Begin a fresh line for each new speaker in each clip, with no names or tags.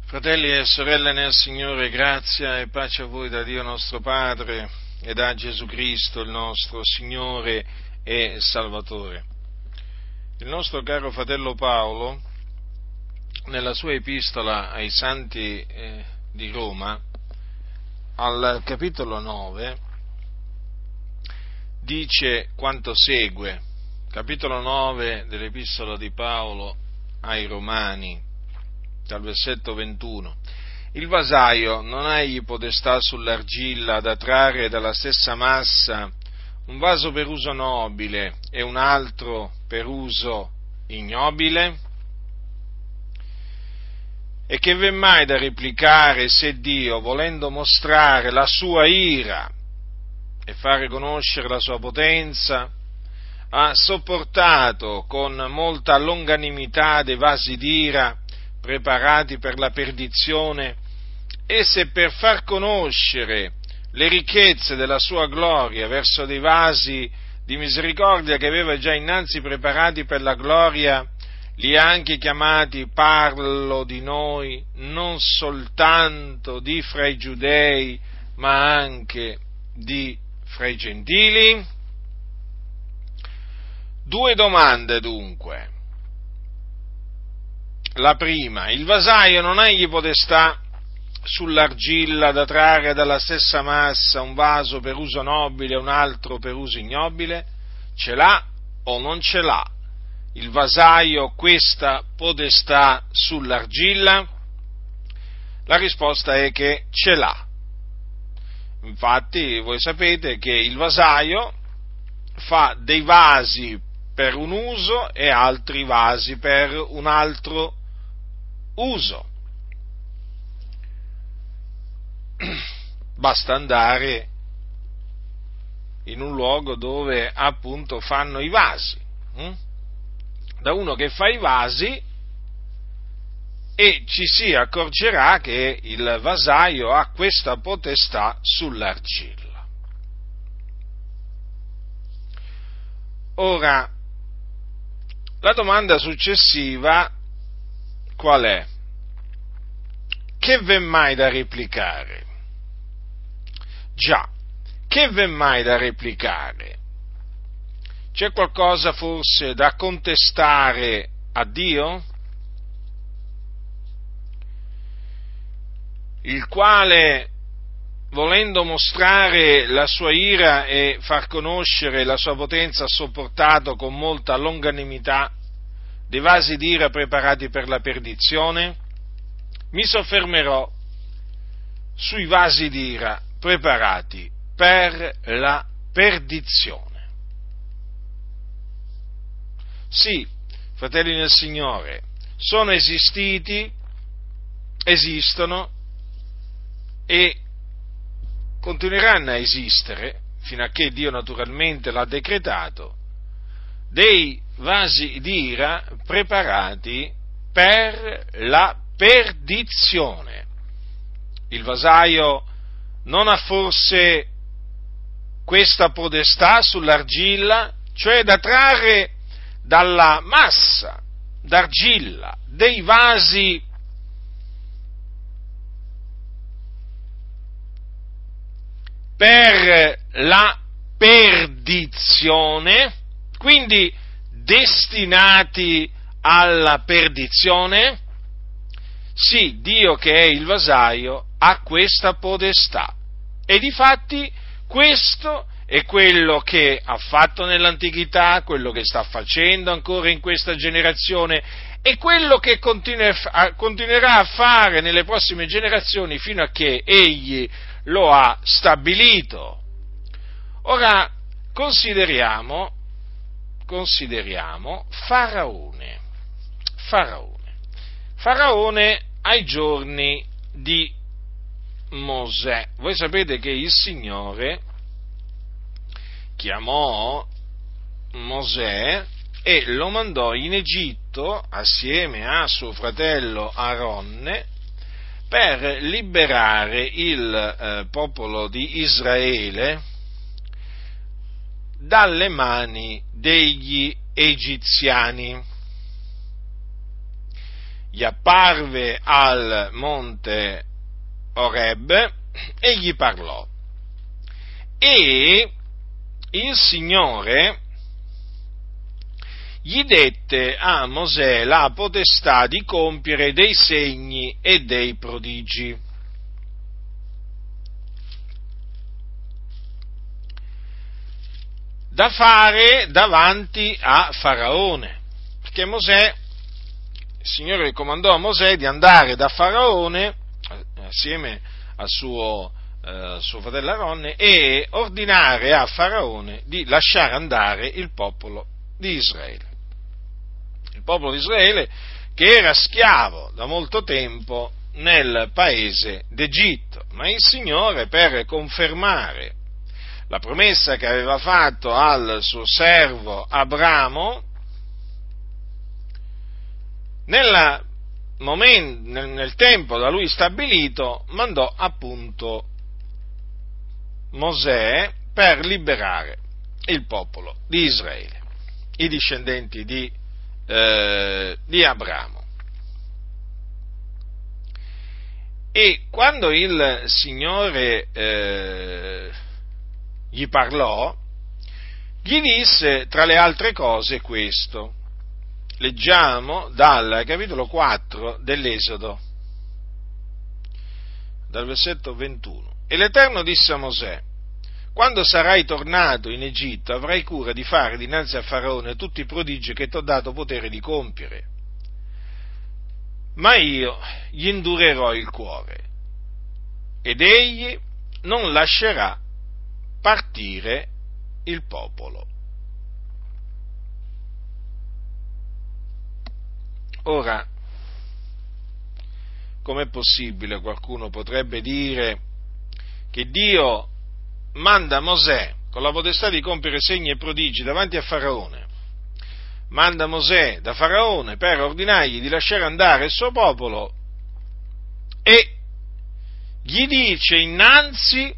Fratelli e sorelle nel Signore, grazia e pace a voi da Dio nostro Padre e da Gesù Cristo, il nostro Signore e Salvatore. Il nostro caro fratello Paolo, nella sua epistola ai Santi di Roma, al capitolo 9, dice quanto segue. Capitolo 9 dell'epistola di Paolo ai Romani, dal versetto 21. Il vasaio non ha egli potestà sull'argilla da trarre dalla stessa massa un vaso per uso nobile e un altro per uso ignobile? E che v'è mai da replicare se Dio, volendo mostrare la sua ira e fare conoscere la sua potenza, ha sopportato con molta longanimità dei vasi d'ira preparati per la perdizione, e se per far conoscere le ricchezze della sua gloria verso dei vasi di misericordia che aveva già innanzi preparati per la gloria, li ha anche chiamati, parlo di noi, non soltanto di fra i giudei, ma anche di fra i gentili? Due domande dunque. La prima: il vasaio non ha egli potestà sull'argilla da trarre dalla stessa massa un vaso per uso nobile e un altro per uso ignobile? Ce l'ha o non ce l'ha il vasaio questa potestà sull'argilla? La risposta è che ce l'ha. Infatti voi sapete che il vasaio fa dei vasi per un uso e altri vasi per un altro uso. Basta andare in un luogo dove appunto fanno i vasi, da uno che fa i vasi, e ci si accorgerà che il vasaio ha questa potestà sull'argilla. Ora, la domanda successiva qual è? Che v'è mai da replicare? Già, che v'è mai da replicare? C'è qualcosa forse da contestare a Dio? Il quale, volendo mostrare la sua ira e far conoscere la sua potenza, ha sopportato con molta longanimità dei vasi d'ira preparati per la perdizione? Mi soffermerò sui vasi d'ira preparati per la perdizione. Sì, fratelli nel Signore, sono esistiti, esistono e continueranno a esistere, fino a che Dio naturalmente l'ha decretato, dei vasi d'ira preparati per la perdizione. Il vasaio non ha forse questa potestà sull'argilla, cioè da trarre dalla massa d'argilla dei vasi per la perdizione, quindi destinati alla perdizione? Sì, Dio che è il vasaio ha questa potestà, e difatti questo è quello che ha fatto nell'antichità, quello che sta facendo ancora in questa generazione e quello che continuerà a fare nelle prossime generazioni fino a che Egli lo ha stabilito. Ora consideriamo Faraone. Faraone ai giorni di Mosè. Voi sapete che il Signore chiamò Mosè e lo mandò in Egitto assieme a suo fratello Aronne per liberare il popolo di Israele dalle mani degli egiziani. gli apparve al monte Oreb e gli parlò. E il Signore gli dette a Mosè la potestà di compiere dei segni e dei prodigi. Da fare davanti a Faraone, perché Mosè, il Signore comandò a Mosè di andare da Faraone assieme al suo fratello Aronne e ordinare a Faraone di lasciare andare il popolo di Israele. Il popolo di Israele che era schiavo da molto tempo nel paese d'Egitto, ma il Signore, per confermare la promessa che aveva fatto al suo servo Abramo, nel tempo da lui stabilito, mandò appunto Mosè per liberare il popolo di Israele, i discendenti di Abramo. E quando il Signore gli parlò, gli disse tra le altre cose questo. Leggiamo dal capitolo 4 dell'Esodo, dal versetto 21. E l'Eterno disse a Mosè: quando sarai tornato in Egitto avrai cura di fare dinanzi a Faraone tutti i prodigi che ti ho dato potere di compiere, ma io gli indurerò il cuore ed egli non lascerà partire il popolo. Ora, com'è possibile, qualcuno potrebbe dire, che Dio manda Mosè con la potestà di compiere segni e prodigi davanti a Faraone, manda Mosè da Faraone per ordinargli di lasciare andare il suo popolo e gli dice innanzi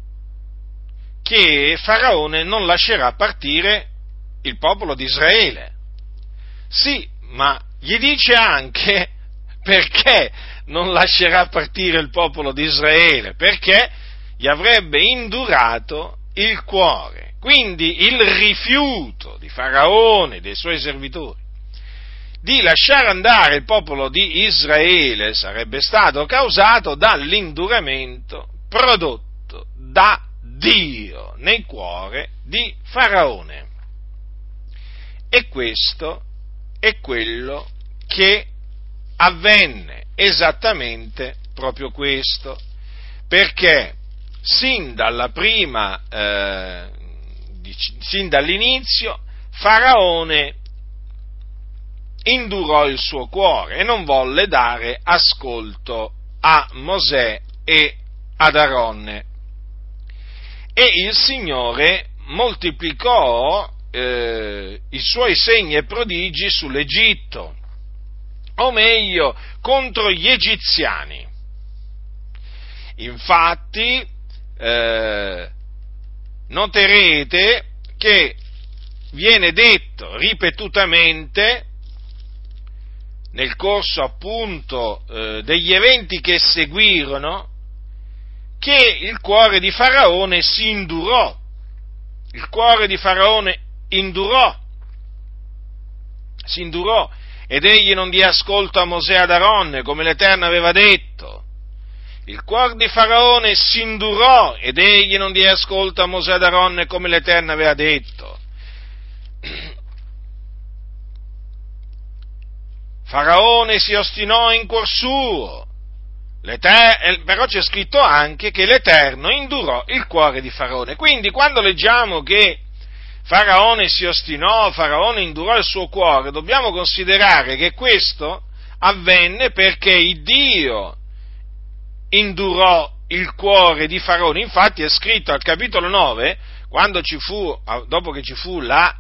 che Faraone non lascerà partire il popolo di Israele. Sì, ma gli dice anche perché non lascerà partire il popolo di Israele, perché gli avrebbe indurato il cuore. Quindi il rifiuto di Faraone e dei suoi servitori di lasciare andare il popolo di Israele sarebbe stato causato dall'induramento prodotto da Dio nel cuore di Faraone. E questo è quello che avvenne, esattamente proprio questo, perché sin dall'inizio Faraone indurò il suo cuore e non volle dare ascolto a Mosè e ad Aronne. E il Signore moltiplicò i suoi segni e prodigi sull'Egitto, o meglio, contro gli egiziani. Infatti, noterete che viene detto ripetutamente nel corso appunto degli eventi che seguirono che il cuore di Faraone si indurò. Il cuore di Faraone si indurò ed egli non diede ascolto a Mosè e ad Aronne come l'Eterno aveva detto. Il cuore di Faraone si indurò ed egli non diede ascolto a Mosè e ad Aronne come l'Eterno aveva detto. Faraone si ostinò in cuor suo, però c'è scritto anche che l'Eterno indurò il cuore di Faraone. Quindi quando leggiamo che Faraone si ostinò, Faraone indurò il suo cuore, dobbiamo considerare che questo avvenne perché il Dio indurò il cuore di Faraone. Infatti è scritto al capitolo 9, dopo che ci fu la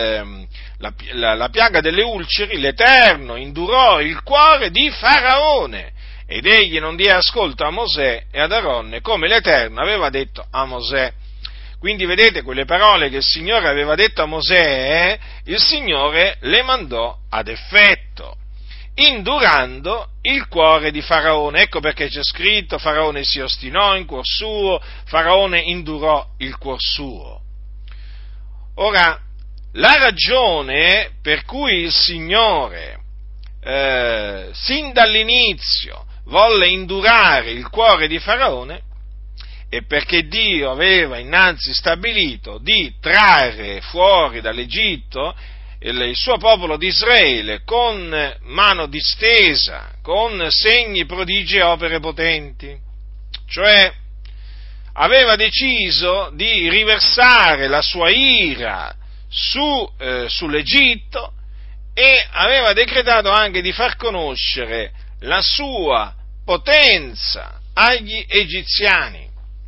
piaga delle ulceri, l'Eterno indurò il cuore di Faraone ed egli non diede ascolto a Mosè e ad Aronne come l'Eterno aveva detto a Mosè. Quindi vedete, quelle parole che il Signore aveva detto a Mosè, il Signore le mandò ad effetto. indurando il cuore di Faraone. Ecco perché c'è scritto: Faraone si ostinò in cuor suo, Faraone indurò il cuor suo. Ora, la ragione per cui il Signore sin dall'inizio volle indurare il cuore di Faraone è perché Dio aveva innanzi stabilito di trarre fuori dall'Egitto il suo popolo di Israele con mano distesa, con segni, prodigi e opere potenti. Cioè, aveva deciso di riversare la sua ira sull'Egitto e aveva decretato anche di far conoscere la sua potenza agli egiziani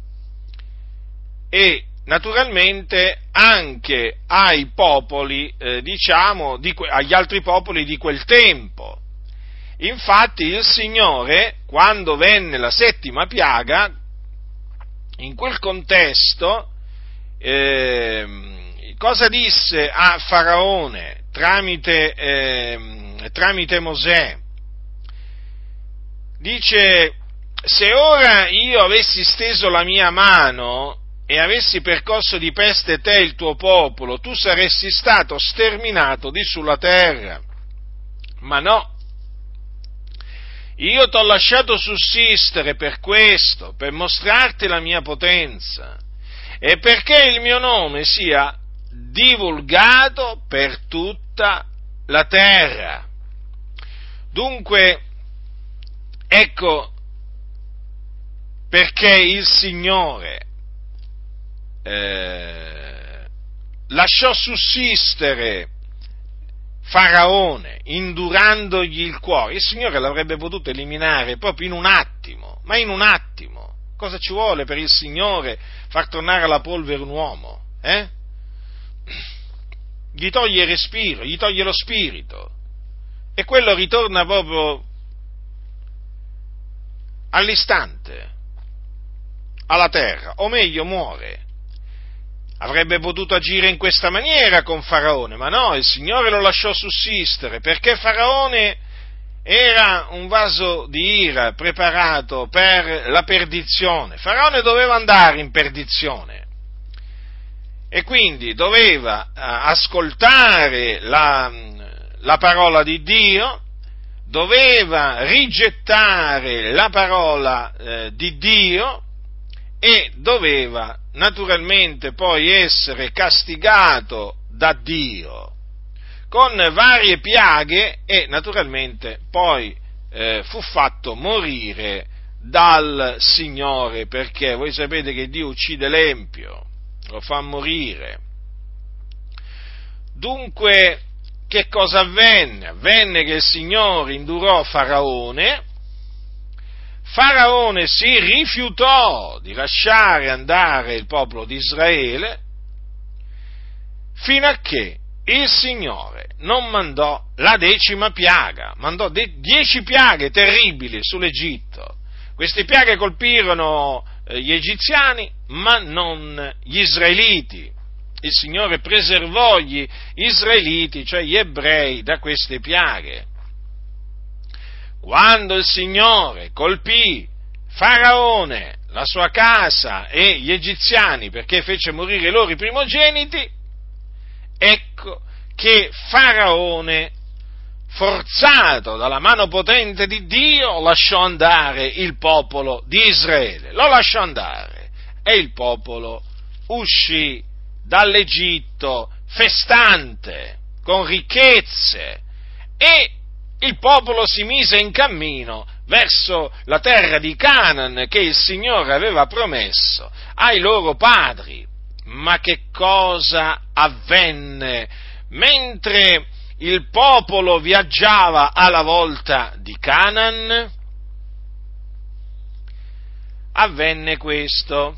e naturalmente anche ai popoli, agli altri popoli di quel tempo. Infatti il Signore, quando venne la settima piaga, in quel contesto, cosa disse a Faraone tramite Mosè? Dice: se ora io avessi steso la mia mano e avessi percosso di peste te e il tuo popolo, tu saresti stato sterminato di sulla terra. Ma no, io t'ho lasciato sussistere per questo, per mostrarti la mia potenza e perché il mio nome sia divulgato per tutta la terra. Dunque, ecco perché il Signore lasciò sussistere Faraone, indurandogli il cuore. Il Signore l'avrebbe potuto eliminare proprio in un attimo, ma in un attimo. Cosa ci vuole per il Signore far tornare alla polvere un uomo? Gli toglie il respiro, gli toglie lo spirito e quello ritorna proprio all'istante alla terra, o meglio muore. Avrebbe potuto agire in questa maniera con Faraone, ma no, il Signore lo lasciò sussistere, perché Faraone era un vaso di ira preparato per la perdizione. Faraone doveva andare in perdizione e quindi doveva ascoltare la parola di Dio, doveva rigettare la parola di Dio e doveva naturalmente poi essere castigato da Dio con varie piaghe e naturalmente poi fu fatto morire dal Signore, perché voi sapete che Dio uccide l'empio, lo fa morire. Dunque, che cosa avvenne? Avvenne che il Signore indurò Faraone si rifiutò di lasciare andare il popolo di Israele fino a che il Signore non mandò la 10ª piaga, mandò 10 piaghe terribili sull'Egitto. Queste piaghe colpirono gli egiziani, ma non gli israeliti. Il Signore preservò gli israeliti, cioè gli ebrei, da queste piaghe. Quando il Signore colpì Faraone, la sua casa e gli egiziani perché fece morire i loro primogeniti, ecco che Faraone, forzato dalla mano potente di Dio, lasciò andare il popolo di Israele. Lo lasciò andare e il popolo uscì dall'Egitto festante, con ricchezze, e il popolo si mise in cammino verso la terra di Canaan che il Signore aveva promesso ai loro padri. Ma che cosa avvenne mentre il popolo viaggiava alla volta di Canaan? Avvenne questo.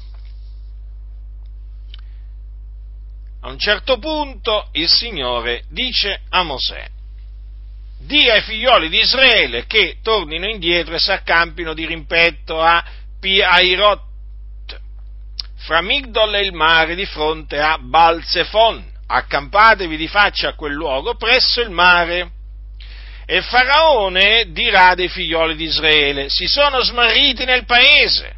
A un certo punto il Signore dice a Mosè: di ai figlioli di Israele che tornino indietro e s'accampino di rimpetto a Pi-Hairot, fra Migdol e il mare, di fronte a Baal-Zefon. Accampatevi di faccia a quel luogo presso il mare. E Faraone dirà dei figlioli di Israele: si sono smarriti nel paese.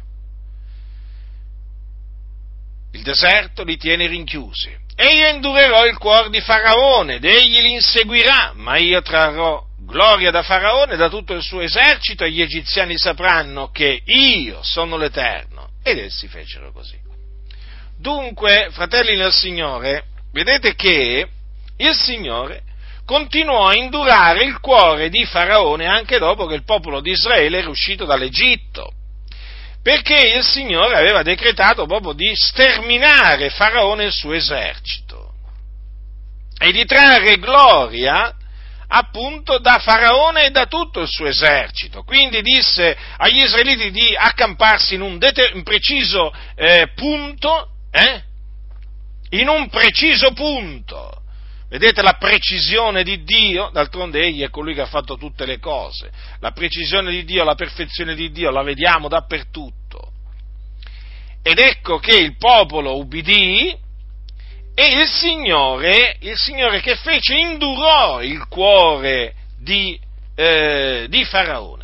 Il deserto li tiene rinchiusi. E io indurerò il cuore di Faraone, ed egli li inseguirà, ma io trarrò gloria da Faraone e da tutto il suo esercito, e gli egiziani sapranno che io sono l'Eterno. Ed essi fecero così. Dunque, fratelli nel Signore, vedete che il Signore continuò a indurare il cuore di Faraone anche dopo che il popolo di Israele era uscito dall'Egitto, perché il Signore aveva decretato proprio di sterminare Faraone e il suo esercito e di trarre gloria appunto da Faraone e da tutto il suo esercito. Quindi disse agli israeliti di accamparsi in un preciso punto, in un preciso punto. Vedete la precisione di Dio? D'altronde egli è colui che ha fatto tutte le cose. La precisione di Dio, la perfezione di Dio la vediamo dappertutto. Ed ecco che il popolo ubbidì e il Signore che fece? Indurò il cuore di Faraone.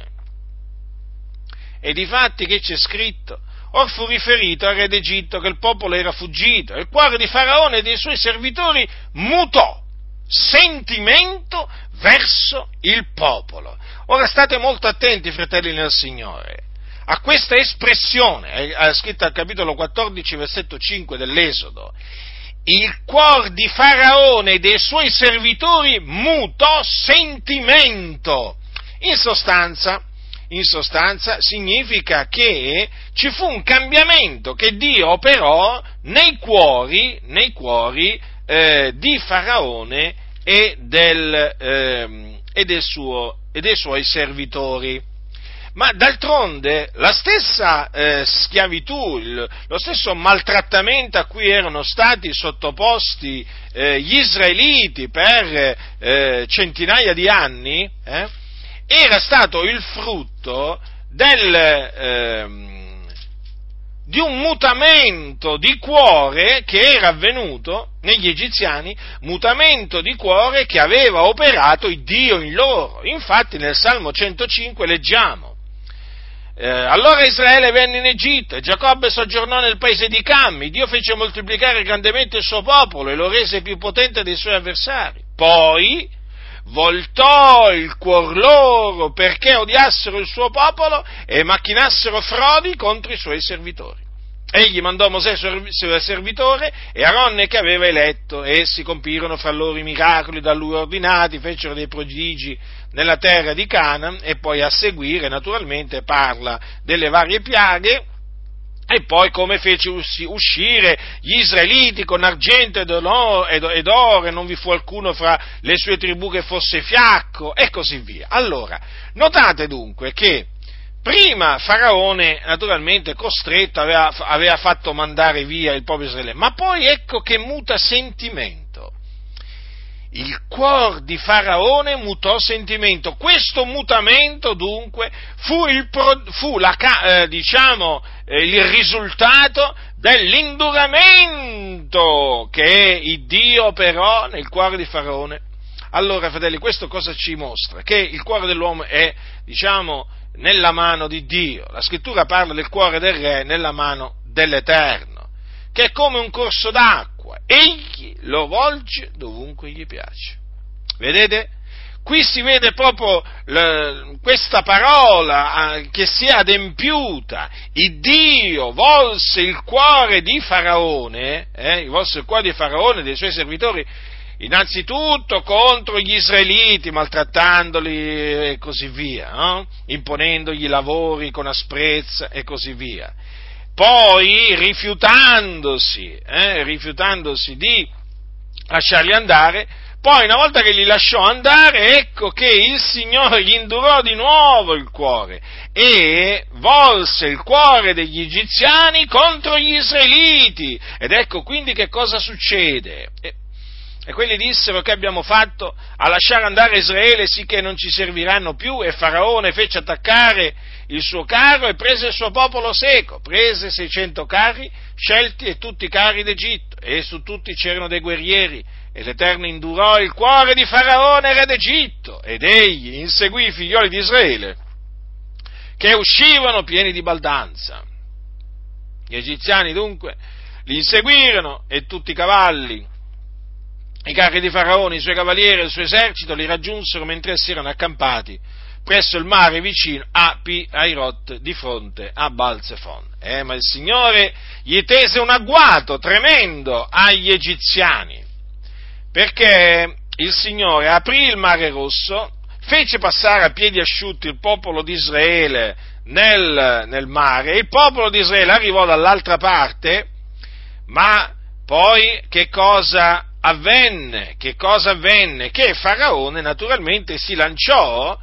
E difatti che c'è scritto? Or fu riferito al re d'Egitto che il popolo era fuggito, e il cuore di Faraone e dei suoi servitori mutò sentimento verso il popolo. Ora state molto attenti, fratelli nel Signore, a questa espressione, è scritta al capitolo 14, versetto 5 dell'Esodo. Il cuore di Faraone e dei suoi servitori mutò sentimento. In sostanza significa che ci fu un cambiamento che Dio operò nei cuori di Faraone e dei suoi servitori. Ma d'altronde la stessa schiavitù, lo stesso maltrattamento a cui erano stati sottoposti gli israeliti per centinaia di anni, era stato il frutto di un mutamento di cuore che era avvenuto negli egiziani, mutamento di cuore che aveva operato il Dio in loro. Infatti nel Salmo 105 leggiamo: allora Israele venne in Egitto e Giacobbe soggiornò nel paese di Cammi. Dio fece moltiplicare grandemente il suo popolo e lo rese più potente dei suoi avversari. Poi voltò il cuor loro perché odiassero il suo popolo e macchinassero frodi contro i suoi servitori. Egli mandò Mosè suo servitore e Aronne che aveva eletto, e essi compirono fra loro i miracoli da lui ordinati, fecero dei prodigi nella terra di Canaan. E poi a seguire naturalmente parla delle varie piaghe. E poi come fece uscire gli israeliti con argento ed oro, e non vi fu alcuno fra le sue tribù che fosse fiacco, e così via. Allora, notate dunque che prima Faraone, naturalmente costretto, aveva fatto mandare via il popolo Israele, ma poi ecco che muta sentimento. Il cuore di Faraone mutò sentimento. Questo mutamento dunque fu il risultato dell'induramento che il Dio operò nel cuore di Faraone. Allora, fratelli, questo cosa ci mostra? Che il cuore dell'uomo è, nella mano di Dio. La scrittura parla del cuore del re nella mano dell'Eterno, che è come un corso d'acqua. Egli lo volge dovunque gli piace. Vedete? Qui si vede proprio questa parola che si è adempiuta. Il Dio volse il cuore di Faraone, e dei suoi servitori, innanzitutto contro gli israeliti, maltrattandoli e così via, no? Imponendogli lavori con asprezza e così via. Poi, rifiutandosi di lasciarli andare, poi una volta che li lasciò andare, ecco che il Signore gli indurò di nuovo il cuore e volse il cuore degli egiziani contro gli israeliti. Ed ecco quindi che cosa succede. E quelli dissero: che abbiamo fatto a lasciare andare Israele, sì che non ci serviranno più? E Faraone fece attaccare il suo carro e prese il suo popolo seco, prese 600 carri scelti e tutti i carri d'Egitto, e su tutti c'erano dei guerrieri E l'Eterno indurò il cuore di Faraone, re d'Egitto, ed egli inseguì i figlioli di Israele, che uscivano pieni di baldanza. Gli egiziani dunque li inseguirono e tutti i cavalli, i carri di Faraone, i suoi cavalieri e il suo esercito li raggiunsero mentre essi erano accampati presso il mare vicino a Pi-Hairot di fronte a Baal-Zefon. Ma il Signore gli tese un agguato tremendo agli egiziani, perché il Signore aprì il mare Rosso, fece passare a piedi asciutti il popolo di Israele nel mare, e il popolo di Israele arrivò dall'altra parte, ma poi che cosa avvenne? Che Faraone naturalmente si lanciò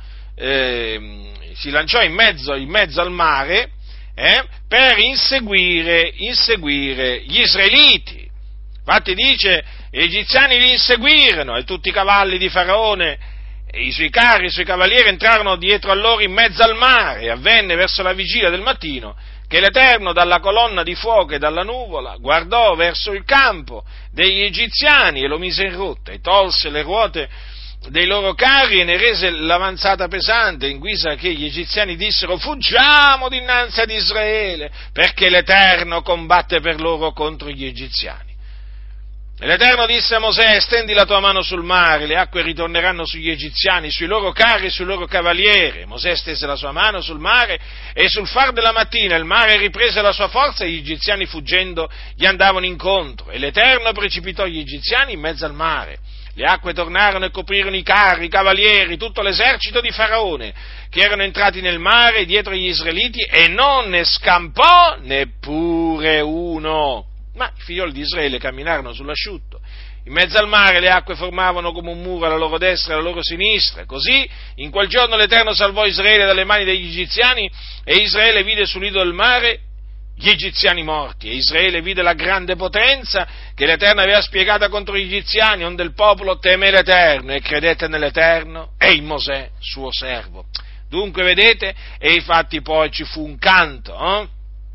in mezzo al mare per inseguire gli israeliti. Infatti dice, gli egiziani li inseguirono e tutti i cavalli di Faraone e i suoi carri, i suoi cavalieri entrarono dietro a loro in mezzo al mare, e avvenne verso la vigilia del mattino che l'Eterno dalla colonna di fuoco e dalla nuvola guardò verso il campo degli egiziani e lo mise in rotta, e tolse le ruote dei loro carri e ne rese l'avanzata pesante, in guisa che gli egiziani dissero: fuggiamo dinanzi ad Israele, perché l'Eterno combatte per loro contro gli egiziani. E l'Eterno disse a Mosè: stendi la tua mano sul mare, le acque ritorneranno sugli egiziani, sui loro carri e sui loro cavalieri. Mosè stese la sua mano sul mare, e sul far della mattina il mare riprese la sua forza, e gli egiziani fuggendo gli andavano incontro, e l'Eterno precipitò gli egiziani in mezzo al mare. Le acque tornarono e coprirono i carri, i cavalieri, tutto l'esercito di Faraone, che erano entrati nel mare dietro gli israeliti, e non ne scampò neppure uno. Ma i figlioli di Israele camminarono sull'asciutto. In mezzo al mare le acque formavano come un muro alla loro destra e alla loro sinistra. Così, in quel giorno l'Eterno salvò Israele dalle mani degli egiziani, e Israele vide sul lido del mare gli egiziani morti, e Israele vide la grande potenza che l'Eterno aveva spiegata contro gli egiziani, onde il popolo teme l'Eterno e credette nell'Eterno e in Mosè suo servo. Dunque vedete, e infatti poi ci fu un canto,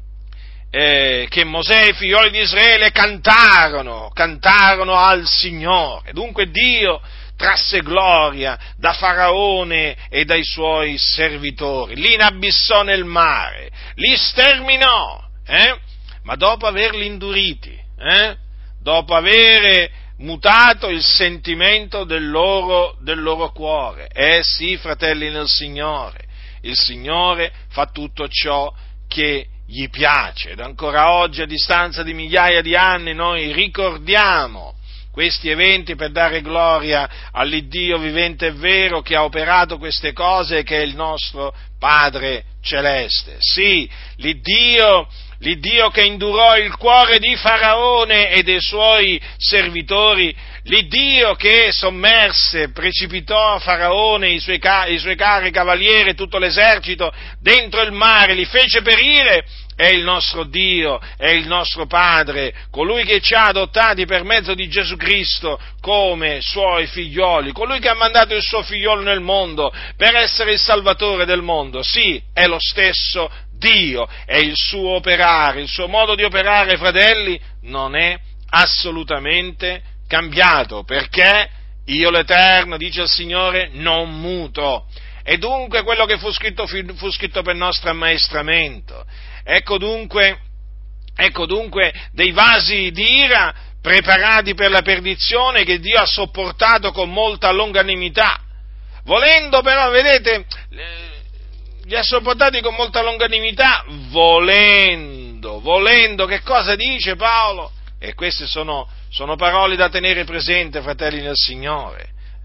che Mosè e i figlioli di Israele cantarono al Signore. Dunque Dio trasse gloria da Faraone e dai suoi servitori, li inabissò nel mare, li sterminò, ma dopo averli induriti, dopo avere mutato il sentimento del loro cuore. Sì, fratelli nel Signore, il Signore fa tutto ciò che gli piace, ed ancora oggi, a distanza di migliaia di anni, noi ricordiamo questi eventi per dare gloria all'Iddio vivente e vero, che ha operato queste cose, che è il nostro Padre Celeste. Sì, l'Iddio che indurò il cuore di Faraone e dei suoi servitori, l'Iddio che sommerse, precipitò Faraone, i suoi carri cavalieri e tutto l'esercito dentro il mare, li fece perire, è il nostro Dio, è il nostro Padre, colui che ci ha adottati per mezzo di Gesù Cristo come suoi figlioli, colui che ha mandato il suo figliolo nel mondo per essere il Salvatore del mondo. Sì, è lo stesso Dio, è il suo operare, il suo modo di operare, fratelli, non è assolutamente cambiato, perché io l'Eterno, dice il Signore, non muto. E dunque quello che fu scritto per nostro ammaestramento. Ecco dunque dei vasi di ira preparati per la perdizione, che Dio ha sopportato con molta longanimità. Volendo però, vedete, li ha sopportati con molta longanimità, volendo, che cosa dice Paolo? E queste sono parole da tenere presente, fratelli nel Signore.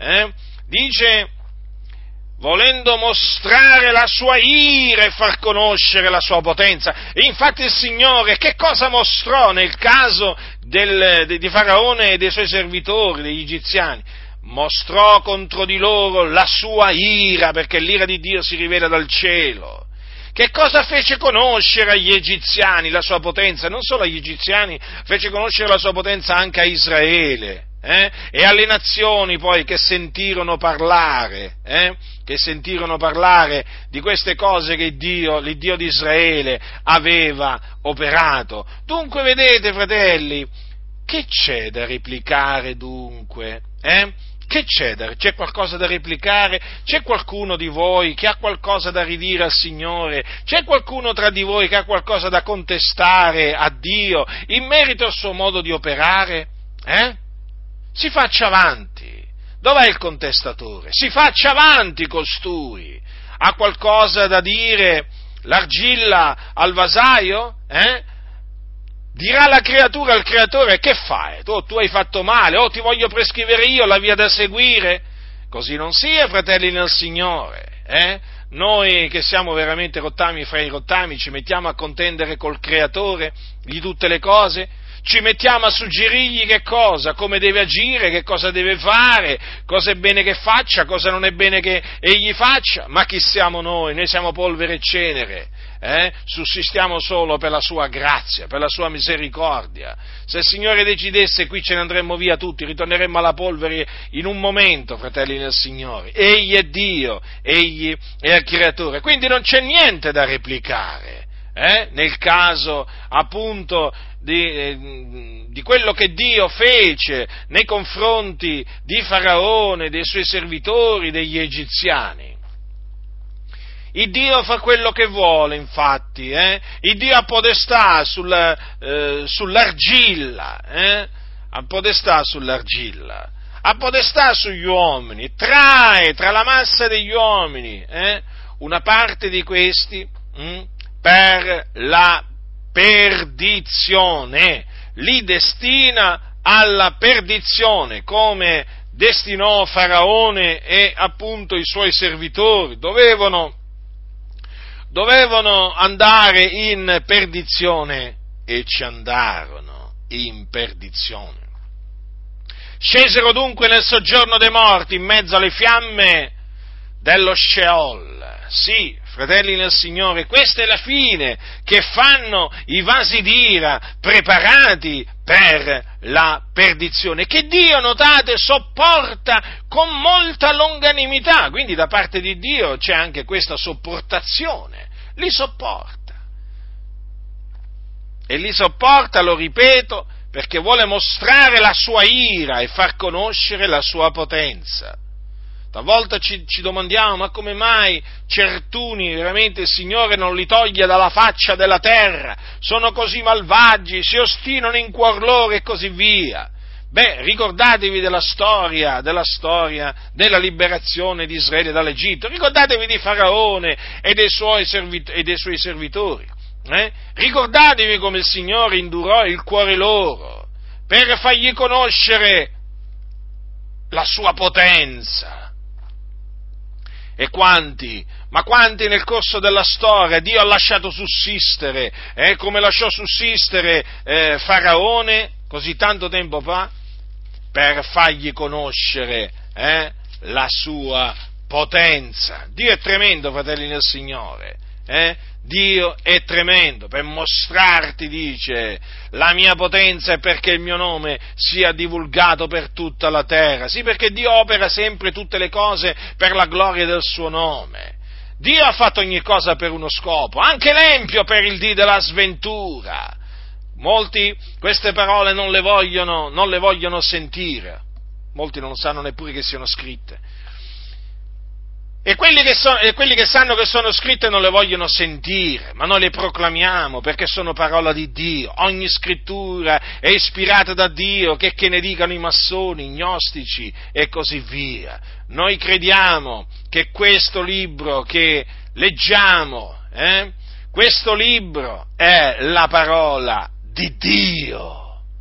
Dice: volendo mostrare la sua ira e far conoscere la sua potenza. E infatti il Signore che cosa mostrò nel caso di Faraone e dei suoi servitori, degli egiziani? Mostrò contro di loro la sua ira, perché l'ira di Dio si rivela dal cielo. Che cosa fece conoscere agli egiziani la sua potenza? Non solo agli egiziani, fece conoscere la sua potenza anche a Israele. E alle nazioni poi che sentirono parlare di queste cose che l'Iddio di Israele aveva operato. Dunque vedete, fratelli, Che c'è da replicare dunque? C'è qualcosa da replicare? C'è qualcuno di voi che ha qualcosa da ridire al Signore? C'è qualcuno tra di voi che ha qualcosa da contestare a Dio in merito al suo modo di operare? Si faccia avanti. Dov'è il contestatore? Si faccia avanti costui. Ha qualcosa da dire l'argilla al vasaio? Dirà la creatura al creatore: che fai? Tu hai fatto male, ti voglio prescrivere io la via da seguire? Così non sia, fratelli nel Signore. Noi che siamo veramente rottami fra i rottami ci mettiamo a contendere col creatore di tutte le cose? Ci mettiamo a suggerirgli che cosa, come deve agire, che cosa deve fare, cosa è bene che faccia, cosa non è bene che egli faccia? Ma chi siamo noi? Noi siamo polvere e cenere, sussistiamo solo per la sua grazia, per la sua misericordia. Se il Signore decidesse, qui ce ne andremmo via tutti, ritorneremmo alla polvere in un momento, fratelli nel Signore. Egli è Dio, Egli è il Creatore, quindi non c'è niente da replicare, nel caso appunto di quello che Dio fece nei confronti di Faraone, dei suoi servitori, degli egiziani. Il Dio fa quello che vuole, infatti, il Dio ha podestà sull'argilla, ha podestà sull'argilla, ha podestà sugli uomini, trae tra la massa degli uomini una parte di questi per la perdizione, li destina alla perdizione, come destinò Faraone e appunto i suoi servitori. Dovevano andare in perdizione e ci andarono in perdizione. Scesero dunque nel soggiorno dei morti, in mezzo alle fiamme dello Sheol. Sì, fratelli nel Signore, questa è la fine che fanno i vasi d'ira preparati per la perdizione, che Dio, notate, sopporta con molta longanimità. Quindi da parte di Dio c'è anche questa sopportazione, li sopporta. E li sopporta, lo ripeto, perché vuole mostrare la sua ira e far conoscere la sua potenza. Talvolta ci domandiamo: ma come mai certuni veramente il Signore non li toglie dalla faccia della terra? Sono così malvagi, si ostinano in cuor loro e così via. Ricordatevi della storia della liberazione di Israele dall'Egitto, ricordatevi di Faraone e dei suoi servitori, ricordatevi come il Signore indurò il cuore loro per fargli conoscere la sua potenza. E quanti nel corso della storia Dio ha lasciato sussistere, come lasciò sussistere Faraone così tanto tempo fa, per fargli conoscere la sua potenza. Dio è tremendo, fratelli nel Signore, Dio è tremendo, per mostrarti, dice, la mia potenza e perché il mio nome sia divulgato per tutta la terra. Sì, perché Dio opera sempre tutte le cose per la gloria del suo nome. Dio ha fatto ogni cosa per uno scopo, anche l'empio per il dì della sventura. Molti queste parole non le vogliono sentire, molti non sanno neppure che siano scritte. E quelli che sanno che sono scritte non le vogliono sentire, ma noi le proclamiamo perché sono parola di Dio. Ogni scrittura è ispirata da Dio, che ne dicano i massoni, i gnostici e così via. Noi crediamo che questo libro che leggiamo, questo libro è la parola di Dio.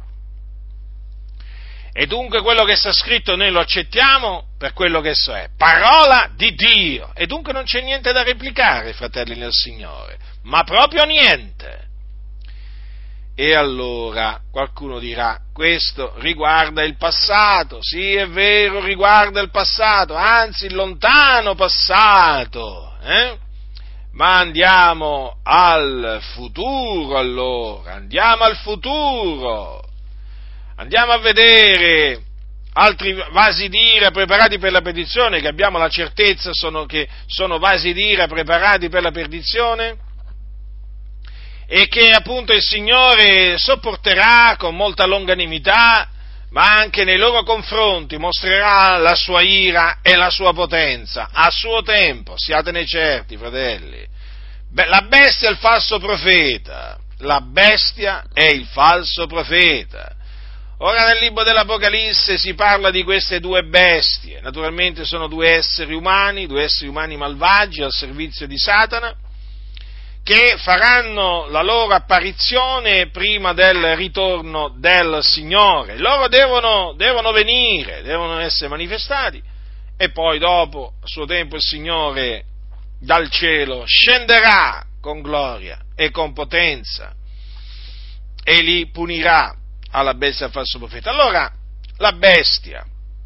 E dunque quello che sta scritto noi lo accettiamo per quello che esso è, parola di Dio, e dunque non c'è niente da replicare, fratelli nel Signore, ma proprio niente. E allora qualcuno dirà: questo riguarda il passato. Sì, è vero, riguarda il passato, anzi il lontano passato, ma andiamo al futuro allora, andiamo al futuro. Andiamo a vedere altri vasi d'ira preparati per la perdizione, che abbiamo la certezza che sono vasi d'ira preparati per la perdizione. e che appunto il Signore sopporterà con molta longanimità, ma anche nei loro confronti mostrerà la sua ira e la sua potenza, a suo tempo, siatene certi, fratelli. La bestia è il falso profeta, la bestia è il falso profeta. Ora nel libro dell'Apocalisse si parla di queste due bestie, naturalmente sono due esseri umani malvagi al servizio di Satana, che faranno la loro apparizione prima del ritorno del Signore. Loro devono venire, devono essere manifestati, e poi dopo, a suo tempo, il Signore dal cielo scenderà con gloria e con potenza e li punirà alla bestia e al falso profeta. Allora, la bestia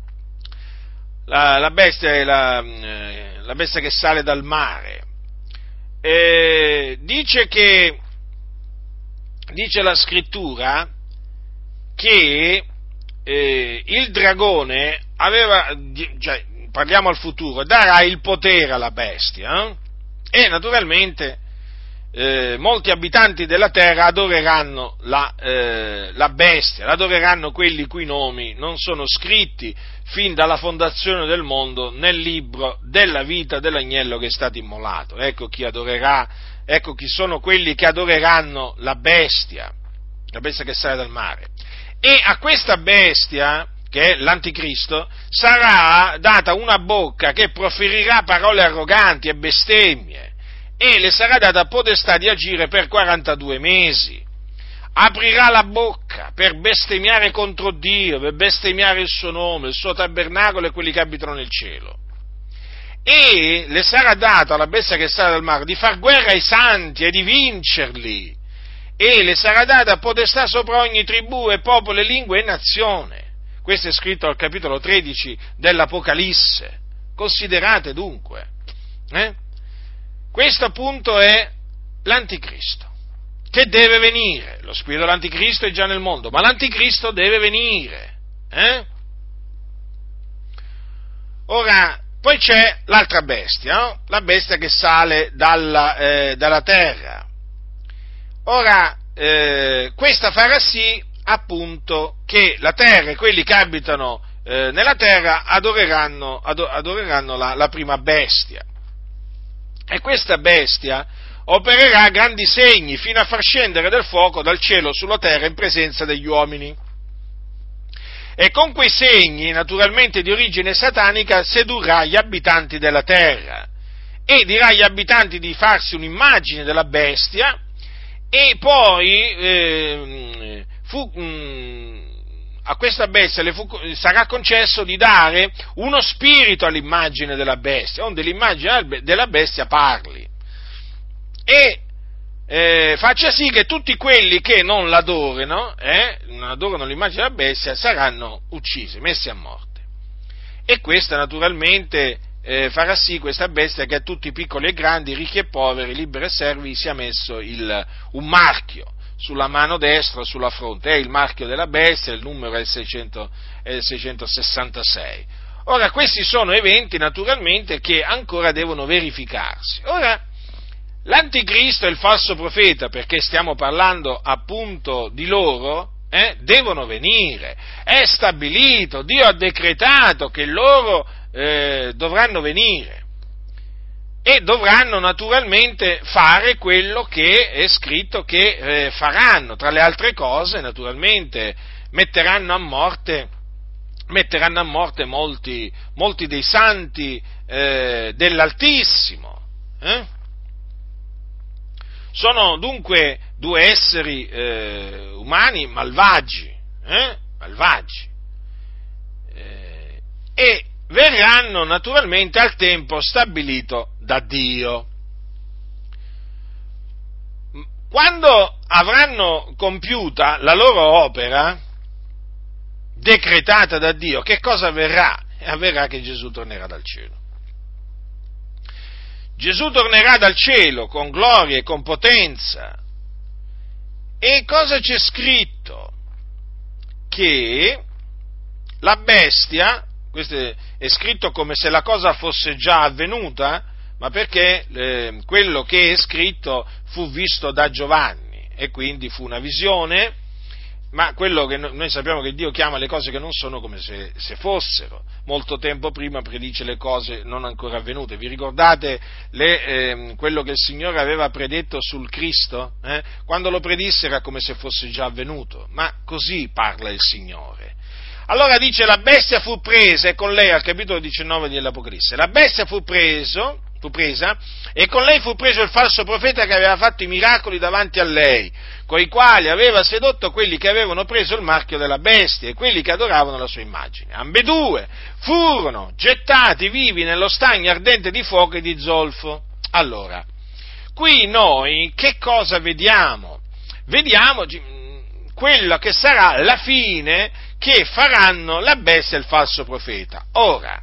è la bestia che sale dal mare. Dice la scrittura che il dragone parliamo al futuro, darà il potere alla bestia, e naturalmente molti abitanti della terra adoreranno la bestia, l'adoreranno quelli i cui nomi non sono scritti fin dalla fondazione del mondo nel libro della vita dell'agnello che è stato immolato. Ecco chi sono quelli che adoreranno la bestia che sale dal mare. E a questa bestia, che è l'anticristo, sarà data una bocca che proferirà parole arroganti e bestemmie, e le sarà data potestà di agire per 42 mesi. Aprirà la bocca per bestemmiare contro Dio, per bestemmiare il suo nome, il suo tabernacolo e quelli che abitano nel cielo. E le sarà dato alla bestia che sale dal mare di far guerra ai santi e di vincerli, e le sarà data potestà sopra ogni tribù e popolo e lingua e nazione. Questo è scritto al capitolo 13 dell'Apocalisse. Considerate dunque, questo appunto è l'anticristo, che deve venire. Lo spirito dell'anticristo è già nel mondo, ma l'anticristo deve venire. Ora, poi c'è l'altra bestia, no? La bestia che sale dalla terra. Ora, questa farà sì, appunto, che la terra e quelli che abitano nella terra adoreranno la prima bestia. E questa bestia opererà grandi segni fino a far scendere del fuoco dal cielo sulla terra in presenza degli uomini. E con quei segni, naturalmente di origine satanica, sedurrà gli abitanti della terra e dirà agli abitanti di farsi un'immagine della bestia, e poi a questa bestia sarà concesso di dare uno spirito all'immagine della bestia, onde l'immagine della bestia parli, e faccia sì che tutti quelli che non l'adorano, non adorano l'immagine della bestia, saranno uccisi, messi a morte. E questa naturalmente farà sì, questa bestia, che a tutti piccoli e grandi, ricchi e poveri, liberi e servi, sia messo un marchio sulla mano destra, sulla fronte. È il marchio della bestia, il numero è il 666. Ora, questi sono eventi naturalmente che ancora devono verificarsi. Ora, l'anticristo e il falso profeta, perché stiamo parlando appunto di loro, devono venire. È stabilito, Dio ha decretato che loro dovranno venire. E dovranno naturalmente fare quello che è scritto che faranno. Tra le altre cose, naturalmente, metteranno a morte molti dei santi dell'Altissimo. Sono dunque due esseri umani malvagi, e verranno naturalmente al tempo stabilito da Dio. Quando avranno compiuta la loro opera, decretata da Dio, che cosa avverrà? Avverrà che Gesù tornerà dal cielo. Gesù tornerà dal cielo con gloria e con potenza. E cosa c'è scritto? Che la bestia, questo è scritto come se la cosa fosse già avvenuta, ma perché quello che è scritto fu visto da Giovanni. e quindi fu una visione, ma quello che noi sappiamo che Dio chiama le cose che non sono come se fossero. Molto tempo prima predice le cose non ancora avvenute. Vi ricordate quello che il Signore aveva predetto sul Cristo? Quando lo predisse era come se fosse già avvenuto, ma così parla il Signore. Allora dice: la bestia fu presa, e con lei, al capitolo 19 dell'Apocalisse, la bestia fu presa, e con lei fu preso il falso profeta che aveva fatto i miracoli davanti a lei, coi quali aveva sedotto quelli che avevano preso il marchio della bestia e quelli che adoravano la sua immagine. Ambedue furono gettati vivi nello stagno ardente di fuoco e di zolfo. Allora, qui noi che cosa vediamo? Vediamo quella che sarà la fine che faranno la bestia e il falso profeta. Ora,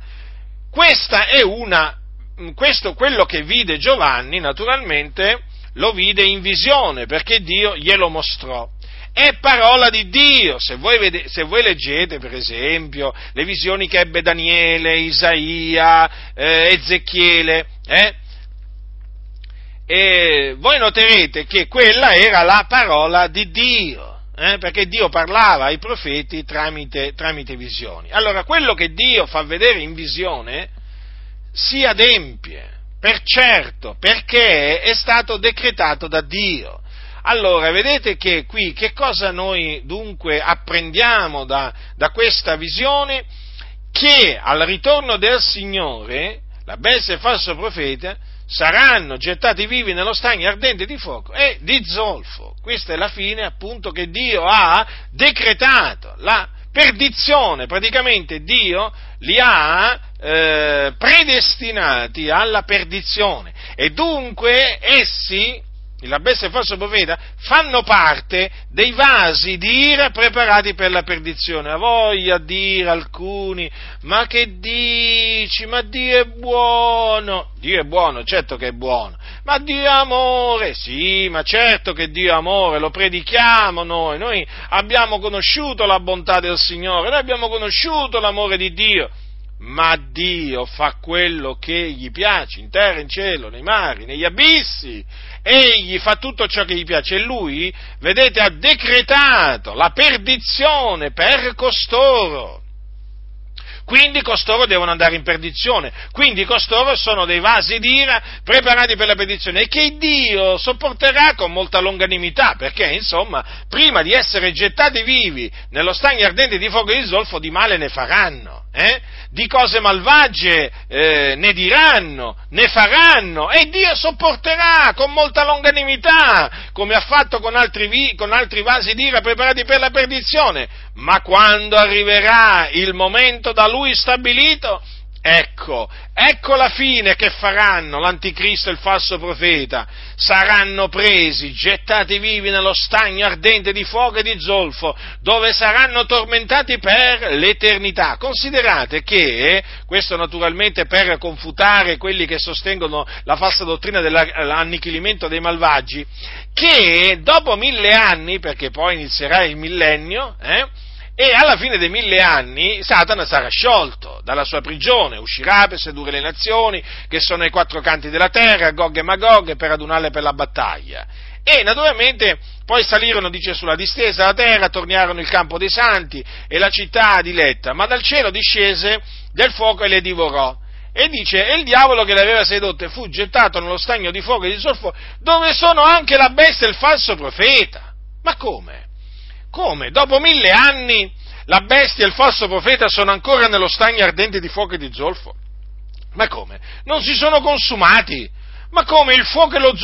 questo quello che vide Giovanni, naturalmente, lo vide in visione, perché Dio glielo mostrò. È parola di Dio. Se voi leggete, per esempio, le visioni che ebbe Daniele, Isaia, Ezechiele, e voi noterete che quella era la parola di Dio. Perché Dio parlava ai profeti tramite visioni. Allora, quello che Dio fa vedere in visione si adempie, per certo, perché è stato decretato da Dio. Allora, vedete che qui, che cosa noi dunque apprendiamo da questa visione? Che al ritorno del Signore, la bestia e il falso profeta saranno gettati vivi nello stagno ardente di fuoco e di zolfo. Questa è la fine, appunto, che Dio ha decretato, la perdizione. Praticamente Dio li ha predestinati alla perdizione, e dunque essi, la bestia e il falso profeta, fanno parte dei vasi di ira preparati per la perdizione. A voglia dire alcuni: ma che dici? Ma Dio è buono. Dio è buono, certo che è buono. Ma Dio è amore. Sì, ma certo che Dio è amore, lo predichiamo noi abbiamo conosciuto la bontà del Signore, noi abbiamo conosciuto l'amore di Dio. Ma Dio fa quello che gli piace, in terra, in cielo, nei mari, negli abissi. Egli fa tutto ciò che gli piace, e Lui, vedete, ha decretato la perdizione per costoro. Quindi costoro devono andare in perdizione, quindi costoro sono dei vasi d'ira preparati per la perdizione, e che Dio sopporterà con molta longanimità, perché insomma, prima di essere gettati vivi nello stagno ardente di fuoco e di zolfo, di male ne faranno, di cose malvagie ne diranno, ne faranno, e Dio sopporterà con molta longanimità, come ha fatto con altri vasi d'ira preparati per la perdizione. Ma quando arriverà il momento da Lui stabilito, ecco la fine che faranno l'anticristo e il falso profeta: saranno presi, gettati vivi nello stagno ardente di fuoco e di zolfo, dove saranno tormentati per l'eternità. Considerate che, questo naturalmente per confutare quelli che sostengono la falsa dottrina dell'annichilimento dei malvagi, che dopo 1000 anni, perché poi inizierà il millennio, e alla fine dei 1000 anni Satana sarà sciolto dalla sua prigione, uscirà per sedurre le nazioni che sono ai 4 canti della terra, Gog e Magog, per adunarle per la battaglia. E naturalmente poi salirono, dice, sulla distesa della terra, tornarono il campo dei santi e la città diletta, ma dal cielo discese del fuoco e le divorò. E dice: e il diavolo che le aveva sedotte fu gettato nello stagno di fuoco e di zolfo, dove sono anche la bestia e il falso profeta. Ma come? Come? Dopo 1000 anni la bestia e il falso profeta sono ancora nello stagno ardente di fuoco e di zolfo? Ma come? Non si sono consumati? Ma come? Il fuoco e lo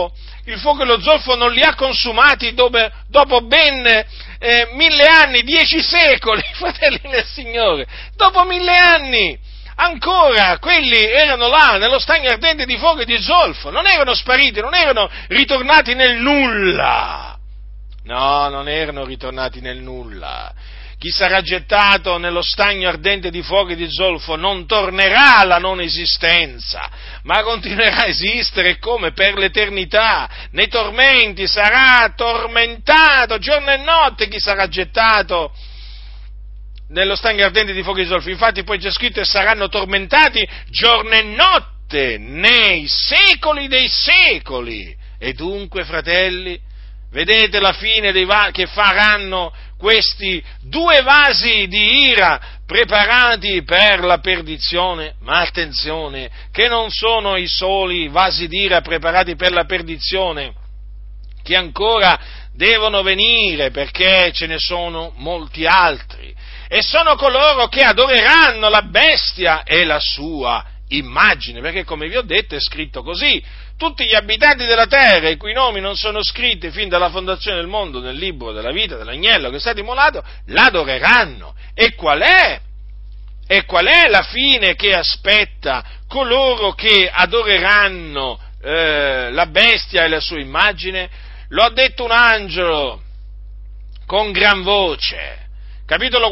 zolfo non li ha consumati dopo ben 1000 anni, 10 secoli, fratelli del Signore, dopo 1000 anni! Ancora quelli erano là nello stagno ardente di fuoco e di zolfo, non erano spariti, non erano ritornati nel nulla. No, non erano ritornati nel nulla. Chi sarà gettato nello stagno ardente di fuoco e di zolfo non tornerà alla non esistenza, ma continuerà a esistere come per l'eternità. Nei tormenti sarà tormentato giorno e notte chi sarà gettato nello stagno ardente di fuoco e di zolfo. Infatti poi c'è scritto: e saranno tormentati giorno e notte nei secoli dei secoli. E dunque, fratelli, vedete la fine che faranno questi due vasi di ira preparati per la perdizione, ma attenzione, che non sono i soli vasi di ira preparati per la perdizione, che ancora devono venire, perché ce ne sono molti altri, e sono coloro che adoreranno la bestia e la sua immagine, perché come vi ho detto è scritto così: tutti gli abitanti della terra, i cui nomi non sono scritti fin dalla fondazione del mondo nel libro della vita dell'agnello che è stato immolato, l'adoreranno. E qual è la fine che aspetta coloro che adoreranno la bestia e la sua immagine? Lo ha detto un angelo con gran voce. Capitolo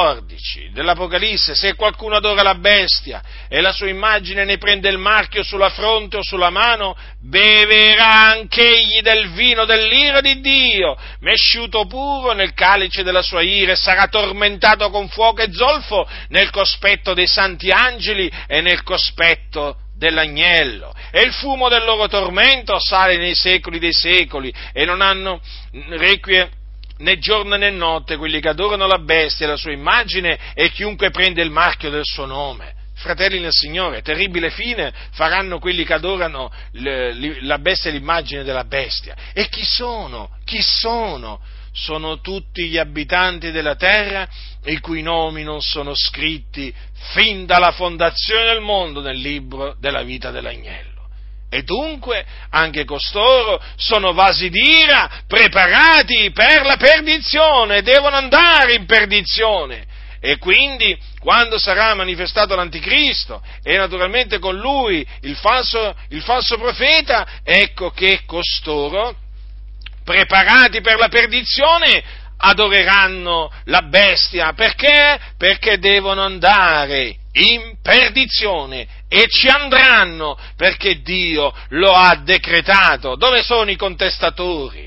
14 dell'Apocalisse: se qualcuno adora la bestia e la sua immagine, ne prende il marchio sulla fronte o sulla mano, beverà anch'egli del vino dell'ira di Dio, mesciuto puro nel calice della sua ira, e sarà tormentato con fuoco e zolfo nel cospetto dei santi angeli e nel cospetto dell'agnello, e il fumo del loro tormento sale nei secoli dei secoli, e non hanno requie né giorno né notte quelli che adorano la bestia e la sua immagine e chiunque prende il marchio del suo nome. Fratelli nel Signore, terribile fine faranno quelli che adorano la bestia e l'immagine della bestia. E chi sono? Chi sono? Sono tutti gli abitanti della terra i cui nomi non sono scritti fin dalla fondazione del mondo nel libro della vita dell'agnello. E dunque anche costoro sono vasi d'ira preparati per la perdizione, devono andare in perdizione. E quindi, quando sarà manifestato l'Anticristo e naturalmente con lui il falso profeta, ecco che costoro, preparati per la perdizione, adoreranno la bestia. Perché? Perché devono andare in perdizione, e ci andranno perché Dio lo ha decretato. Dove sono i contestatori?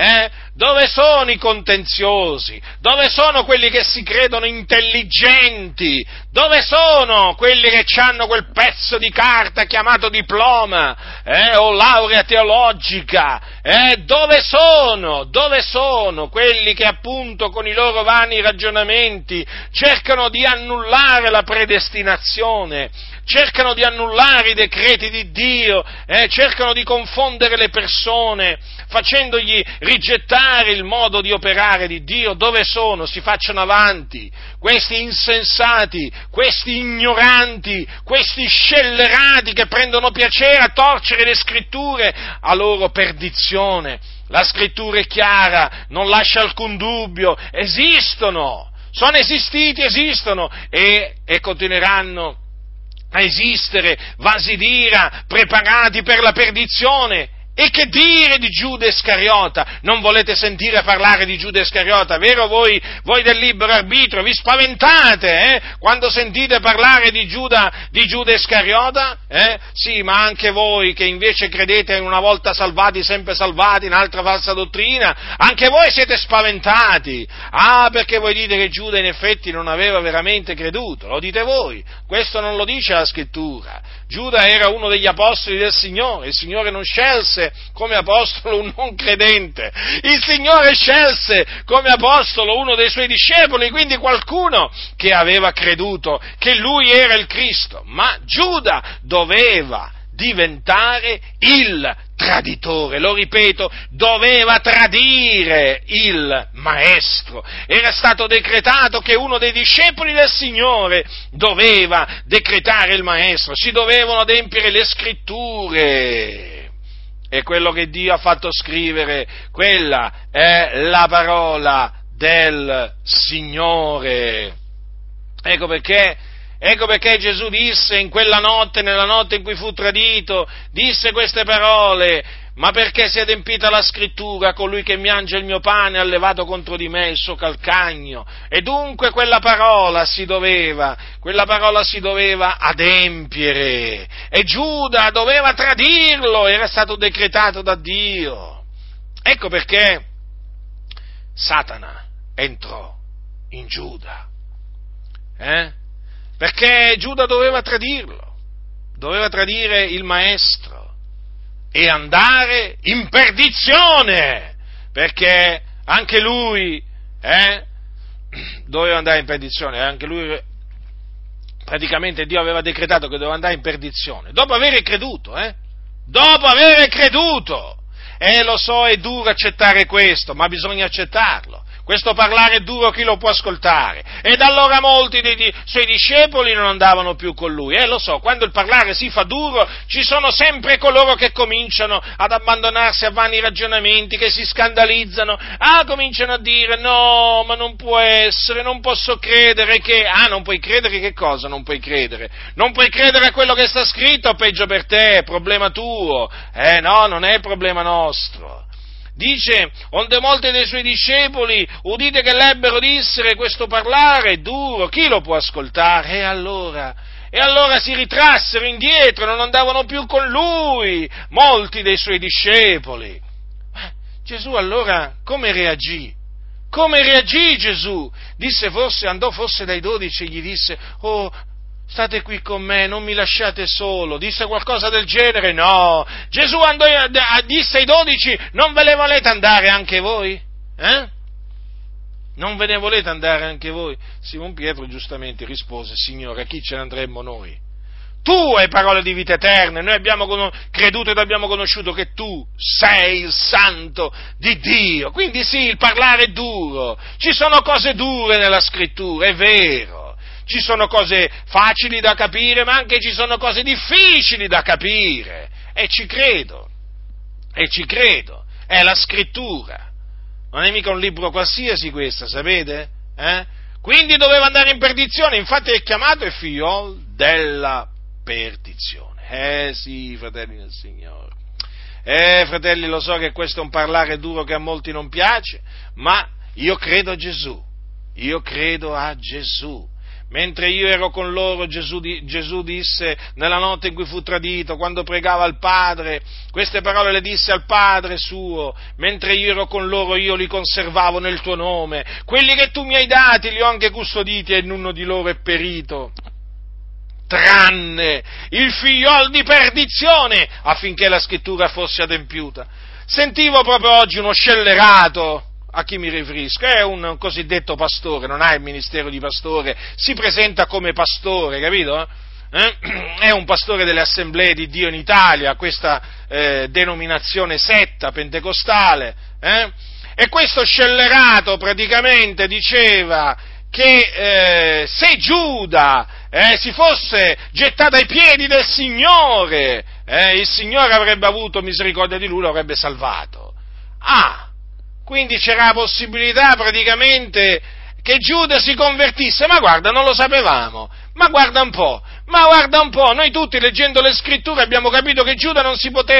Dove sono i contenziosi? Dove sono quelli che si credono intelligenti? Dove sono quelli che hanno quel pezzo di carta chiamato diploma, o laurea teologica? Dove sono? Dove sono quelli che appunto con i loro vani ragionamenti cercano di annullare la predestinazione, cercano di annullare i decreti di Dio, cercano di confondere le persone, facendogli rigettare il modo di operare di Dio? Dove sono? Si facciano avanti questi insensati, questi ignoranti, questi scellerati che prendono piacere a torcere le scritture a loro perdizione. La scrittura è chiara, non lascia alcun dubbio, esistono, sono esistiti, esistono e continueranno a esistere vasi d'ira preparati per la perdizione. E che dire di Giuda Iscariota? Non volete sentire parlare di Giuda Iscariota, vero voi del libero arbitrio? Vi spaventate, quando sentite parlare di Giuda Iscariota? Sì, ma anche voi che invece credete in una volta salvati, sempre salvati, in altra falsa dottrina, anche voi siete spaventati. Ah, perché voi dite che Giuda in effetti non aveva veramente creduto, lo dite voi, questo non lo dice la Scrittura. Giuda era uno degli apostoli del Signore, il Signore non scelse come apostolo un non credente, il Signore scelse come apostolo uno dei suoi discepoli, quindi qualcuno che aveva creduto che lui era il Cristo, ma Giuda doveva diventare il traditore, lo ripeto, doveva tradire il Maestro. Era stato decretato che uno dei discepoli del Signore doveva decretare il Maestro, si dovevano adempiere le Scritture. E quello che Dio ha fatto scrivere, quella è la parola del Signore. Ecco perché Gesù disse in quella notte, nella notte in cui fu tradito, disse queste parole: ma perché si è adempita la scrittura, colui che mangia il mio pane ha levato contro di me il suo calcagno. E dunque quella parola si doveva adempiere, e Giuda doveva tradirlo, era stato decretato da Dio. Ecco perché Satana entrò in Giuda, perché Giuda doveva tradirlo, doveva tradire il Maestro e andare in perdizione, perché anche lui doveva andare in perdizione, anche lui praticamente Dio aveva decretato che doveva andare in perdizione, dopo avere creduto, lo so, è duro accettare questo, ma bisogna accettarlo. Questo parlare è duro, chi lo può ascoltare? Ed allora molti dei suoi discepoli non andavano più con lui. Lo so, quando il parlare si fa duro, ci sono sempre coloro che cominciano ad abbandonarsi a vani ragionamenti, che si scandalizzano, cominciano a dire, no, ma non può essere, non posso credere che... non puoi credere che cosa non puoi credere? Non puoi credere a quello che sta scritto, peggio per te, è problema tuo. No, non è problema nostro. Dice, onde molti dei suoi discepoli, udite che l'ebbero dissere, questo parlare è duro, chi lo può ascoltare? E allora si ritrassero indietro, non andavano più con lui, molti dei suoi discepoli. Gesù allora come reagì? Come reagì Gesù? Andò forse dai 12 e gli disse, state qui con me, non mi lasciate solo, disse qualcosa del genere? No, Gesù andò disse ai 12, non ve ne volete andare anche voi? Non ve ne volete andare anche voi? Simon Pietro giustamente rispose, Signore, a chi ce ne andremmo noi? Tu hai parole di vita eterna, noi abbiamo creduto ed abbiamo conosciuto che tu sei il santo di Dio, quindi sì, il parlare è duro, ci sono cose dure nella scrittura, è vero. Ci sono cose facili da capire, ma anche ci sono cose difficili da capire. E ci credo. È la scrittura. Non è mica un libro qualsiasi questa, sapete? Quindi doveva andare in perdizione, infatti è chiamato il figliolo della perdizione. Sì, fratelli del Signore. Fratelli, lo so che questo è un parlare duro che a molti non piace, ma io credo a Gesù. Mentre io ero con loro, Gesù disse, nella notte in cui fu tradito, quando pregava al Padre, queste parole le disse al Padre suo, mentre io ero con loro, io li conservavo nel tuo nome, quelli che tu mi hai dati li ho anche custoditi e nessuno di loro è perito, tranne il figliol di perdizione, affinché la scrittura fosse adempiuta. Sentivo proprio oggi uno scellerato. A chi mi riferisco? È un cosiddetto pastore, non ha il ministero di pastore, si presenta come pastore, capito? È un pastore delle assemblee di Dio in Italia, questa denominazione setta pentecostale, e questo scellerato praticamente diceva che se Giuda si fosse gettato ai piedi del Signore, il Signore avrebbe avuto misericordia di lui, lo avrebbe salvato. Quindi c'era la possibilità praticamente che Giuda si convertisse, ma guarda, non lo sapevamo, ma guarda un po', noi tutti leggendo le scritture abbiamo capito che Giuda non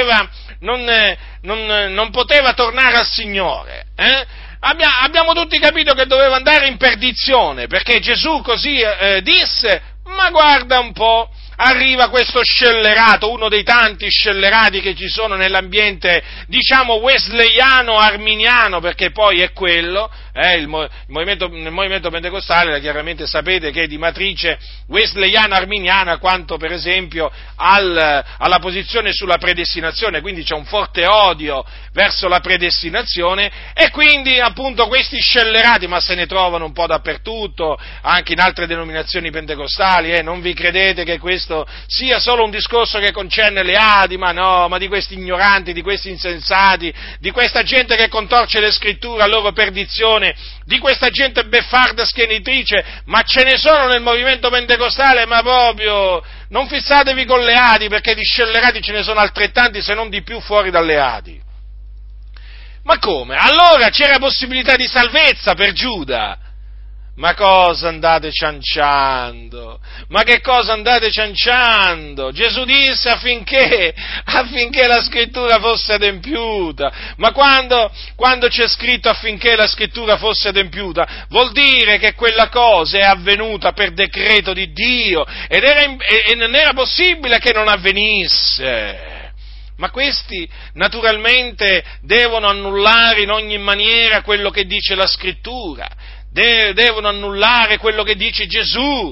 poteva tornare al Signore, abbiamo tutti capito che doveva andare in perdizione, perché Gesù così disse, ma guarda un po', arriva questo scellerato, uno dei tanti scellerati che ci sono nell'ambiente, diciamo, wesleyano, arminiano, perché poi è quello, nel movimento pentecostale, chiaramente sapete che è di matrice wesleyano-arminiana, quanto per esempio alla posizione sulla predestinazione, quindi c'è un forte odio verso la predestinazione, e quindi appunto questi scellerati, ma se ne trovano un po' dappertutto, anche in altre denominazioni pentecostali, non vi credete che questo sia solo un discorso che concerne le Adi, ma no, ma di questi ignoranti, di questi insensati, di questa gente che contorce le scritture a loro perdizione, di questa gente beffarda schenitrice, ma ce ne sono nel movimento pentecostale, ma proprio, non fissatevi con le Adi, perché di scellerati ce ne sono altrettanti, se non di più, fuori dalle Adi. Ma come? Allora c'era possibilità di salvezza per Giuda? Ma cosa andate cianciando? Ma che cosa andate cianciando? Gesù disse affinché la scrittura fosse adempiuta. Ma quando c'è scritto affinché la scrittura fosse adempiuta, vuol dire che quella cosa è avvenuta per decreto di Dio e non era possibile che non avvenisse. Ma questi naturalmente devono annullare in ogni maniera quello che dice la scrittura. Devono annullare quello che dice Gesù,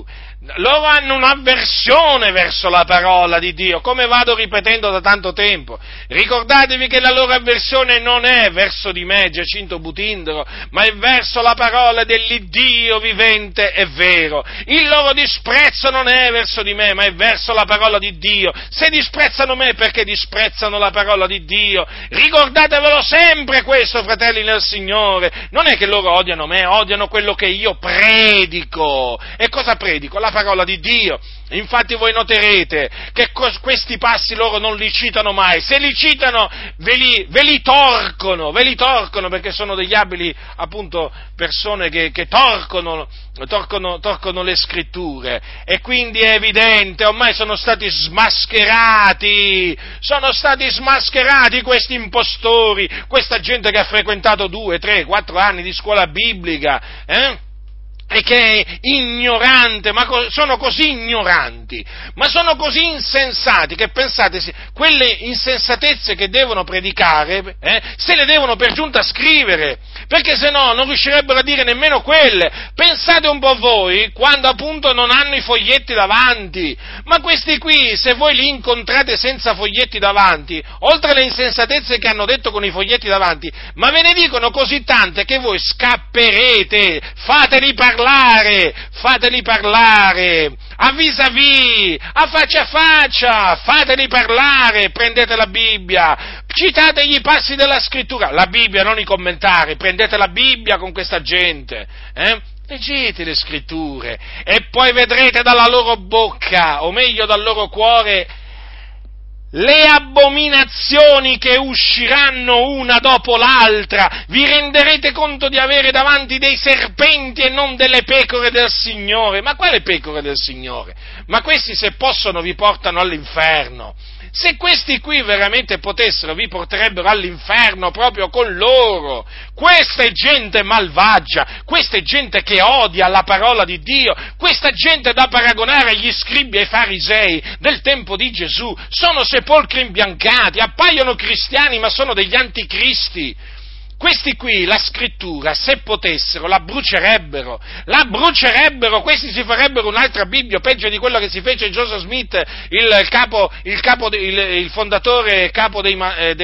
Loro hanno un'avversione verso la parola di Dio, come vado ripetendo da tanto tempo. Ricordatevi che la loro avversione non è verso di me, Giacinto Butindaro, ma è verso la parola dell'Iddio vivente e vero. Il loro disprezzo non è verso di me, ma è verso la parola di Dio. Se disprezzano me, perché disprezzano la parola di Dio? Ricordatevelo sempre questo, fratelli nel Signore. Non è che loro odiano me, odiano quello che io predico. E cosa predico? La parola di Dio. Infatti voi noterete che questi passi loro non li citano mai. Se li citano ve li torcono, perché sono degli abili, appunto, persone che torcono le scritture. E quindi è evidente, ormai sono stati smascherati questi impostori, questa gente che ha frequentato 2, 3, 4 anni di scuola biblica, e che è ignorante, ma sono così ignoranti, ma sono così insensati che pensate, quelle insensatezze che devono predicare, se le devono per giunta scrivere, perché se no non riuscirebbero a dire nemmeno quelle. Pensate un po' voi, quando appunto non hanno i foglietti davanti, ma questi qui, se voi li incontrate senza foglietti davanti, oltre alle insensatezze che hanno detto con i foglietti davanti, ma ve ne dicono così tante che voi scapperete. Fateli parlare, a vis-à-vis, a faccia, fateli parlare, prendete la Bibbia, citategli i passi della Scrittura, la Bibbia, non i commentari, prendete la Bibbia con questa gente, leggete le Scritture, e poi vedrete dalla loro bocca, o meglio dal loro cuore, le abominazioni che usciranno una dopo l'altra. Vi renderete conto di avere davanti dei serpenti e non delle pecore del Signore. Ma quale pecore del Signore? Ma questi, se possono, vi portano all'inferno. Se questi qui veramente potessero, vi porterebbero all'inferno proprio con loro. Questa è gente malvagia, questa è gente che odia la parola di Dio, questa gente è da paragonare agli scribi e ai farisei del tempo di Gesù. Sono sepolcri imbiancati, appaiono cristiani ma sono degli anticristi. Questi qui, la Scrittura, se potessero, la brucerebbero, questi si farebbero un'altra Bibbia, peggio di quello che si fece Joseph Smith, il fondatore e capo dei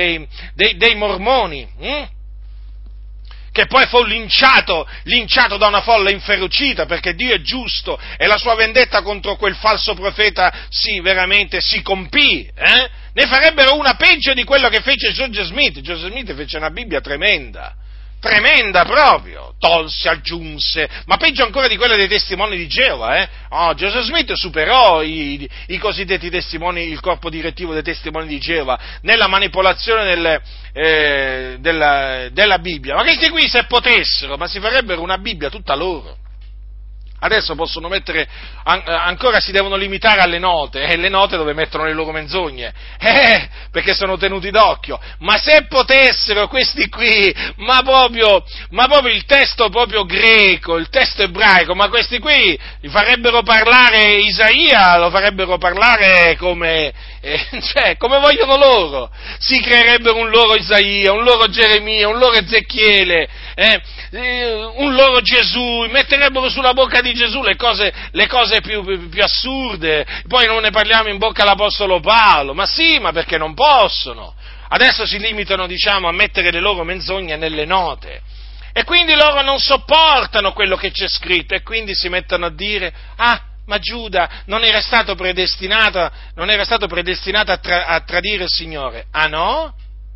mormoni, che poi fu linciato da una folla inferocita, perché Dio è giusto e la sua vendetta contro quel falso profeta veramente si compì, Ne farebbero una peggio di quello che fece Joseph Smith. Joseph Smith fece una Bibbia tremenda proprio, tolse, aggiunse, ma peggio ancora di quella dei testimoni di Geova, Joseph Smith superò i cosiddetti testimoni, il corpo direttivo dei testimoni di Geova, nella manipolazione della Bibbia, ma questi qui, se potessero, ma si farebbero una Bibbia tutta loro. Adesso possono mettere, ancora si devono limitare alle note, e le note dove mettono le loro menzogne, perché sono tenuti d'occhio, ma se potessero questi qui, ma proprio il testo proprio greco, il testo ebraico, ma questi qui li farebbero parlare Isaia, lo farebbero parlare come vogliono loro, si creerebbero un loro Isaia, un loro Geremia, un loro Ezechiele, un loro Gesù, metterebbero sulla bocca di Gesù le cose più assurde, poi non ne parliamo in bocca all'Apostolo Paolo, ma perché non possono, adesso si limitano, a mettere le loro menzogne nelle note, e quindi loro non sopportano quello che c'è scritto, e quindi si mettono a dire, ma Giuda non era stato predestinato a tradire il Signore, ah no?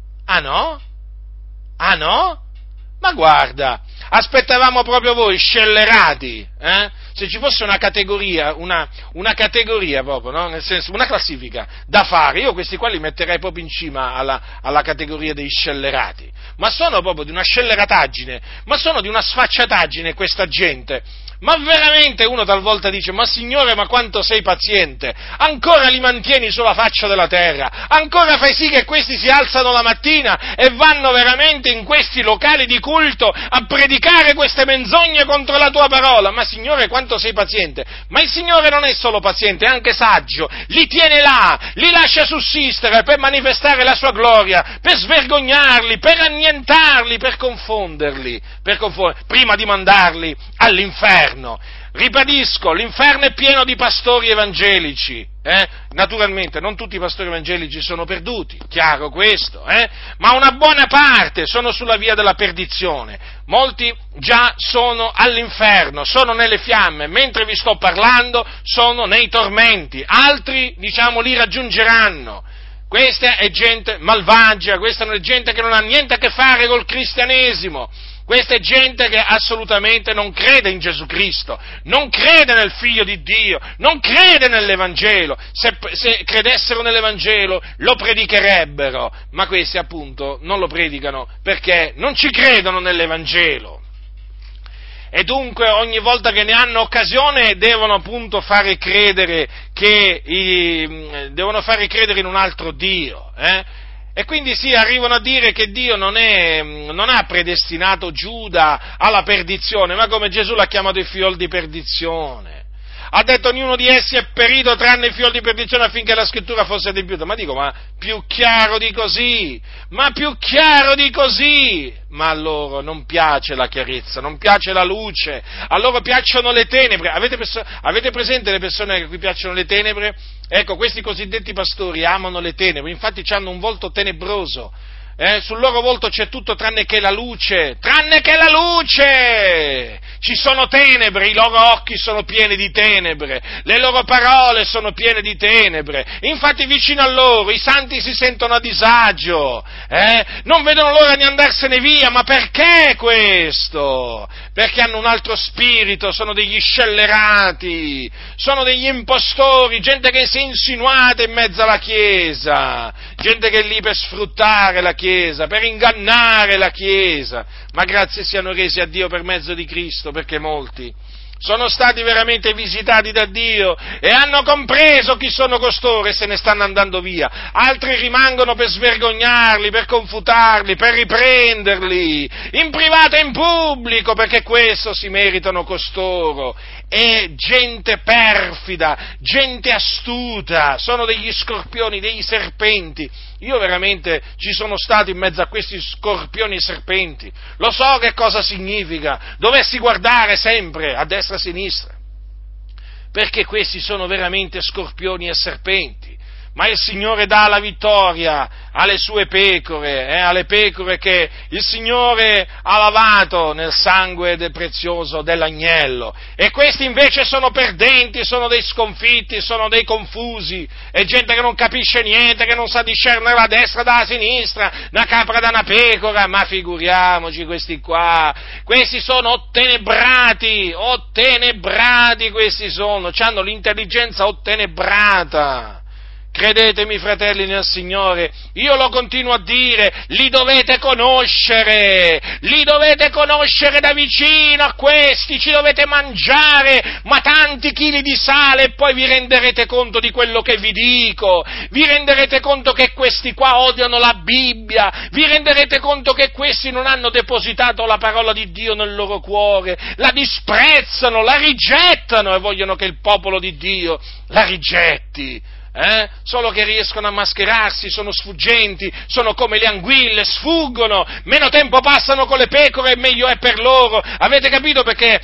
Ma guarda, aspettavamo proprio voi, scellerati, Se ci fosse una categoria proprio, no? Nel senso, una classifica da fare, io questi qua li metterei proprio in cima alla categoria dei scellerati, ma sono proprio di una scellerataggine, ma sono di una sfacciataggine questa gente. Ma veramente uno talvolta dice, ma Signore, ma quanto sei paziente, ancora li mantieni sulla faccia della terra, ancora fai sì che questi si alzano la mattina e vanno veramente in questi locali di culto a predicare queste menzogne contro la tua parola, ma Signore, quanto sei paziente. Ma il Signore non è solo paziente, è anche saggio, li tiene là, li lascia sussistere per manifestare la sua gloria, per svergognarli, per annientarli, per confonderli, prima di mandarli all'inferno. l'inferno. Ribadisco, l'inferno è pieno di pastori evangelici, Naturalmente non tutti i pastori evangelici sono perduti, chiaro questo, ma una buona parte sono sulla via della perdizione. Molti già sono all'inferno, sono nelle fiamme, mentre vi sto parlando sono nei tormenti, altri, li raggiungeranno. Questa è gente malvagia, questa è gente che non ha niente a che fare col cristianesimo. Questa è gente che assolutamente non crede in Gesù Cristo, non crede nel Figlio di Dio, non crede nell'Evangelo. Se credessero nell'Evangelo lo predicherebbero, ma questi appunto non lo predicano perché non ci credono nell'Evangelo. E dunque ogni volta che ne hanno occasione devono appunto fare credere in un altro Dio, E quindi arrivano a dire che Dio non ha predestinato Giuda alla perdizione, ma come Gesù l'ha chiamato il figlio di perdizione. Ha detto ognuno di essi è perito tranne il figlio di perdizione affinché la scrittura fosse adempiuta. Ma dico, ma più chiaro di così? Ma a loro non piace la chiarezza, non piace la luce, a loro piacciono le tenebre. Avete presente le persone a cui piacciono le tenebre? Ecco, questi cosiddetti pastori amano le tenebre, infatti hanno un volto tenebroso. Sul loro volto c'è tutto tranne che la luce! Ci sono tenebre, i loro occhi sono pieni di tenebre, le loro parole sono piene di tenebre, infatti vicino a loro i santi si sentono a disagio, non vedono l'ora di andarsene via, ma perché questo? Perché hanno un altro spirito, sono degli scellerati, sono degli impostori, gente che si è insinuata in mezzo alla Chiesa, gente che è lì per sfruttare la Chiesa, per ingannare la Chiesa, ma grazie siano resi a Dio per mezzo di Cristo, perché molti sono stati veramente visitati da Dio e hanno compreso chi sono costoro e se ne stanno andando via. Altri rimangono per svergognarli, per confutarli, per riprenderli, in privato e in pubblico, perché questo si meritano costoro. È gente perfida, gente astuta, sono degli scorpioni, degli serpenti. Io veramente ci sono stato in mezzo a questi scorpioni e serpenti, lo so che cosa significa doversi guardare sempre a destra e a sinistra, perché questi sono veramente scorpioni e serpenti. Ma il Signore dà la vittoria alle sue pecore, alle pecore che il Signore ha lavato nel sangue del prezioso dell'agnello, e questi invece sono perdenti, sono dei sconfitti, sono dei confusi, è gente che non capisce niente, che non sa discernere la destra dalla sinistra, una capra da una pecora, ma figuriamoci questi qua, questi sono ottenebrati, questi sono, hanno l'intelligenza ottenebrata. Credetemi, fratelli nel Signore, io lo continuo a dire, li dovete conoscere da vicino a questi, ci dovete mangiare, ma tanti chili di sale, e poi vi renderete conto di quello che vi dico, vi renderete conto che questi qua odiano la Bibbia, vi renderete conto che questi non hanno depositato la parola di Dio nel loro cuore, la disprezzano, la rigettano e vogliono che il popolo di Dio la rigetti. Solo che riescono a mascherarsi, sono sfuggenti, sono come le anguille, sfuggono, meno tempo passano con le pecore meglio è per loro, avete capito perché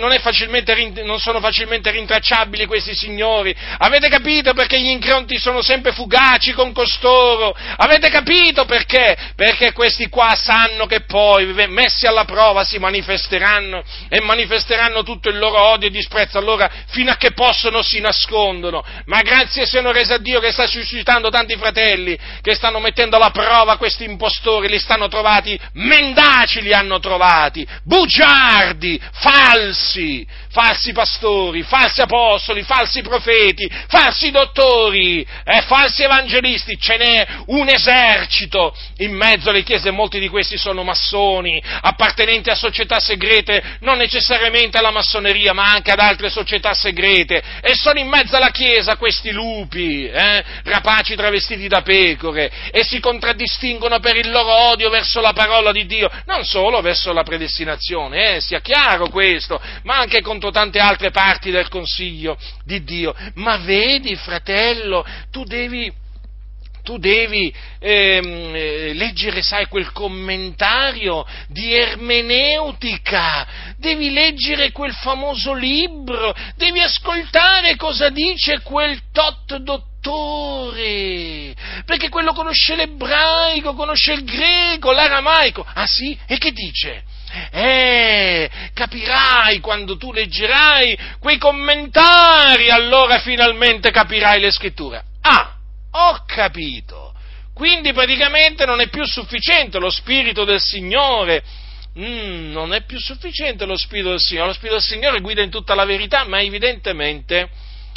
non sono facilmente rintracciabili questi signori, avete capito perché gli incronti sono sempre fugaci con costoro, avete capito perché? Perché questi qua sanno che poi, messi alla prova, si manifesteranno e manifesteranno tutto il loro odio e disprezzo, allora fino a che possono si nascondono, ma grazie siano resi a Dio che sta suscitando tanti fratelli che stanno mettendo alla prova questi impostori, li stanno trovati, mendaci li hanno trovati, bugiardi, falsi pastori, falsi apostoli, falsi profeti, falsi dottori, falsi evangelisti, ce n'è un esercito in mezzo alle chiese, molti di questi sono massoni, appartenenti a società segrete, non necessariamente alla massoneria, ma anche ad altre società segrete, e sono in mezzo alla chiesa questi lupi, rapaci travestiti da pecore, e si contraddistinguono per il loro odio verso la parola di Dio, non solo verso la predestinazione, sia chiaro questo, ma anche contro tante altre parti del consiglio di Dio. Ma vedi, fratello, tu devi tu devi leggere, sai, quel commentario di ermeneutica, devi leggere quel famoso libro, devi ascoltare cosa dice quel tot dottore, perché quello conosce l'ebraico, conosce il greco, l'aramaico. Ah sì? E che dice? Capirai quando tu leggerai quei commentari, allora finalmente capirai le scritture. Ah, ho capito. Quindi praticamente non è più sufficiente lo Spirito del Signore. Non è più sufficiente lo Spirito del Signore. Lo Spirito del Signore guida in tutta la verità, ma evidentemente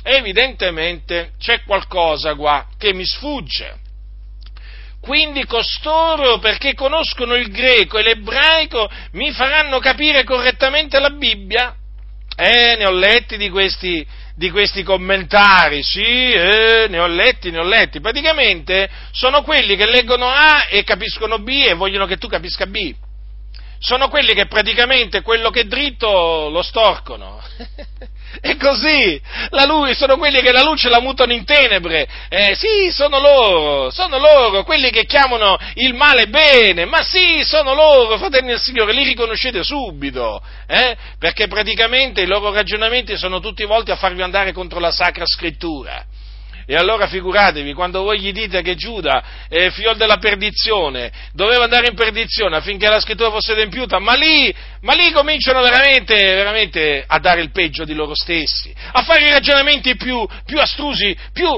c'è qualcosa qua che mi sfugge. Quindi costoro, perché conoscono il greco e l'ebraico, mi faranno capire correttamente la Bibbia? Ne ho letti di questi commentari, sì, ne ho letti. Praticamente sono quelli che leggono A e capiscono B e vogliono che tu capisca B. Sono quelli che praticamente quello che è dritto lo storcono. È così, sono quelli che la luce la mutano in tenebre, sì, sono loro, quelli che chiamano il male bene, ma sì, sono loro, fratelli del Signore, li riconoscete subito, perché praticamente i loro ragionamenti sono tutti volti a farvi andare contro la Sacra Scrittura. E allora figuratevi, quando voi gli dite che Giuda, figlio della perdizione, doveva andare in perdizione affinché la scrittura fosse adempiuta, ma lì cominciano veramente a dare il peggio di loro stessi, a fare i ragionamenti più astrusi, più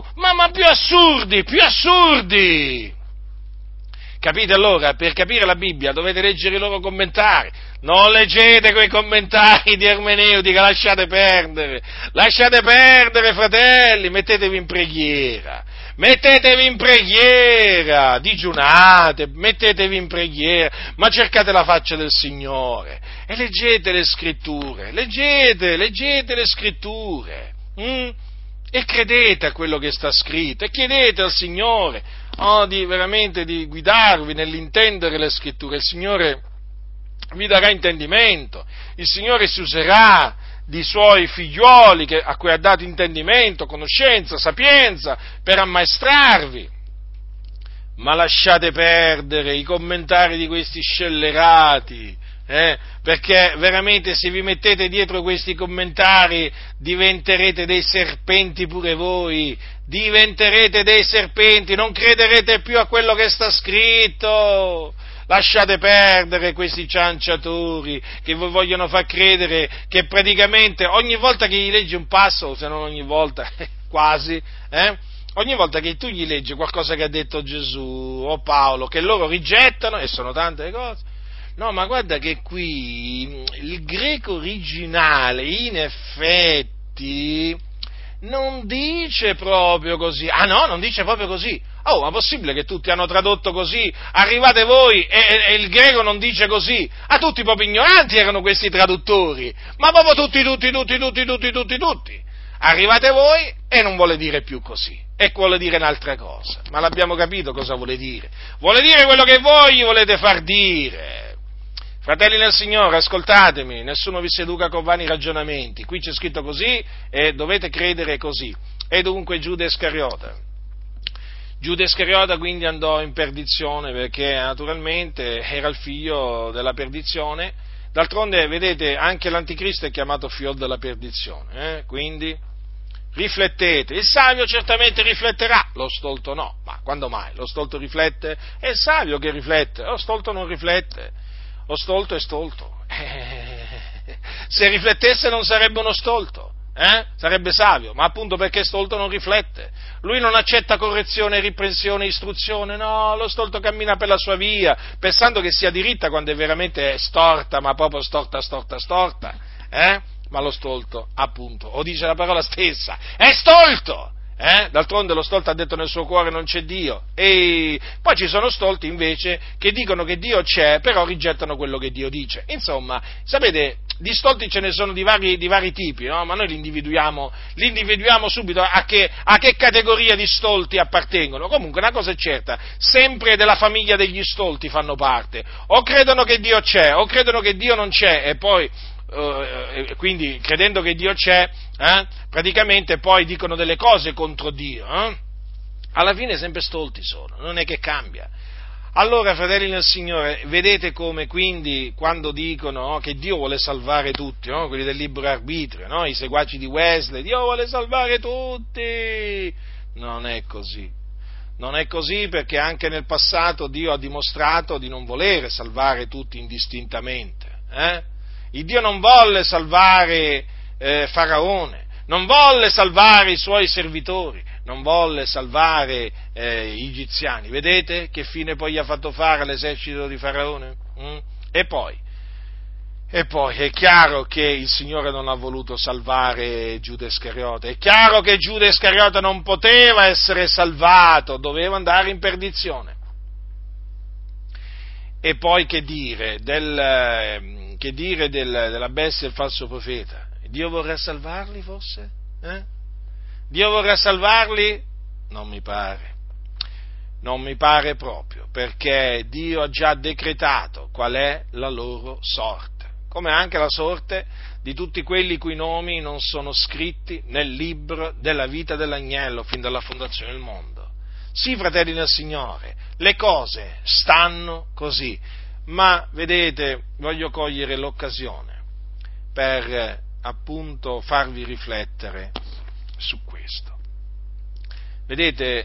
assurdi. Capite allora? Per capire la Bibbia dovete leggere i loro commentari, non leggete quei commentari di ermeneutica, lasciate perdere, fratelli, mettetevi in preghiera, digiunate, mettetevi in preghiera, ma cercate la faccia del Signore e leggete le scritture, leggete le scritture, e credete a quello che sta scritto, e chiedete al Signore veramente di guidarvi nell'intendere le scritture. Il Signore vi darà intendimento, il Signore si userà di suoi figlioli a cui ha dato intendimento, conoscenza, sapienza per ammaestrarvi. Ma lasciate perdere i commentari di questi scellerati, perché veramente se vi mettete dietro questi commentari diventerete dei serpenti pure voi, non crederete più a quello che sta scritto. Lasciate perdere questi cianciatori che vi vogliono far credere che praticamente ogni volta che gli leggi un passo, se non ogni volta, quasi, ogni volta che tu gli leggi qualcosa che ha detto Gesù o Paolo, che loro rigettano, e sono tante cose, no, ma guarda che qui il greco originale, in effetti, non dice proprio così. Ah no, non dice proprio così. Oh, ma possibile che tutti hanno tradotto così? Arrivate voi e il greco non dice così. Ah, tutti proprio ignoranti erano questi traduttori. Ma proprio tutti. Arrivate voi e non vuole dire più così. E vuole dire un'altra cosa. Ma l'abbiamo capito cosa vuole dire. Vuole dire quello che voi gli volete far dire. Fratelli nel Signore, ascoltatemi, nessuno vi seduca con vani ragionamenti, qui c'è scritto così e dovete credere così. E dunque Giuda Iscariota quindi andò in perdizione perché naturalmente era il figlio della perdizione, d'altronde vedete anche l'anticristo è chiamato figlio della perdizione, quindi riflettete, il savio certamente rifletterà, lo stolto no, ma quando mai? Lo stolto riflette? È il savio che riflette, lo stolto non riflette. Lo stolto è stolto. Se riflettesse non sarebbe uno stolto, sarebbe savio, ma appunto perché stolto non riflette. Lui non accetta correzione, riprensione, istruzione, no, lo stolto cammina per la sua via, pensando che sia diritta quando è veramente storta, ma proprio storta, ma lo stolto, appunto, o dice la parola stessa, è stolto! D'altronde lo stolto ha detto nel suo cuore non c'è Dio, e poi ci sono stolti invece che dicono che Dio c'è, però rigettano quello che Dio dice. Insomma, sapete, di stolti ce ne sono di vari tipi, no? Ma noi li individuiamo subito a che categoria di stolti appartengono. Comunque una cosa è certa, sempre della famiglia degli stolti fanno parte, o credono che Dio c'è, o credono che Dio non c'è, e poi quindi credendo che Dio c'è, praticamente poi dicono delle cose contro Dio, alla fine sempre stolti sono, non è che cambia. Allora, fratelli nel Signore, vedete come quindi quando dicono che Dio vuole salvare tutti, no? Quelli del libero arbitrio, no? I seguaci di Wesley, Dio vuole salvare tutti, non è così. Non è così, perché anche nel passato Dio ha dimostrato di non volere salvare tutti indistintamente. Il Dio non volle salvare Faraone, non volle salvare i suoi servitori, non volle salvare gli egiziani. Vedete che fine poi gli ha fatto fare all'esercito di Faraone? E poi è chiaro che il Signore non ha voluto salvare Giuda Iscariota, è chiaro che Giuda Iscariota non poteva essere salvato, doveva andare in perdizione. E poi che dire della bestia e del falso profeta? Dio vorrà salvarli forse? Dio vorrà salvarli? Non mi pare proprio, perché Dio ha già decretato qual è la loro sorte, come anche la sorte di tutti quelli i cui nomi non sono scritti nel libro della vita dell'agnello fin dalla fondazione del mondo. Sì, fratelli del Signore, le cose stanno così, ma vedete, voglio cogliere l'occasione per appunto farvi riflettere su questo. Vedete,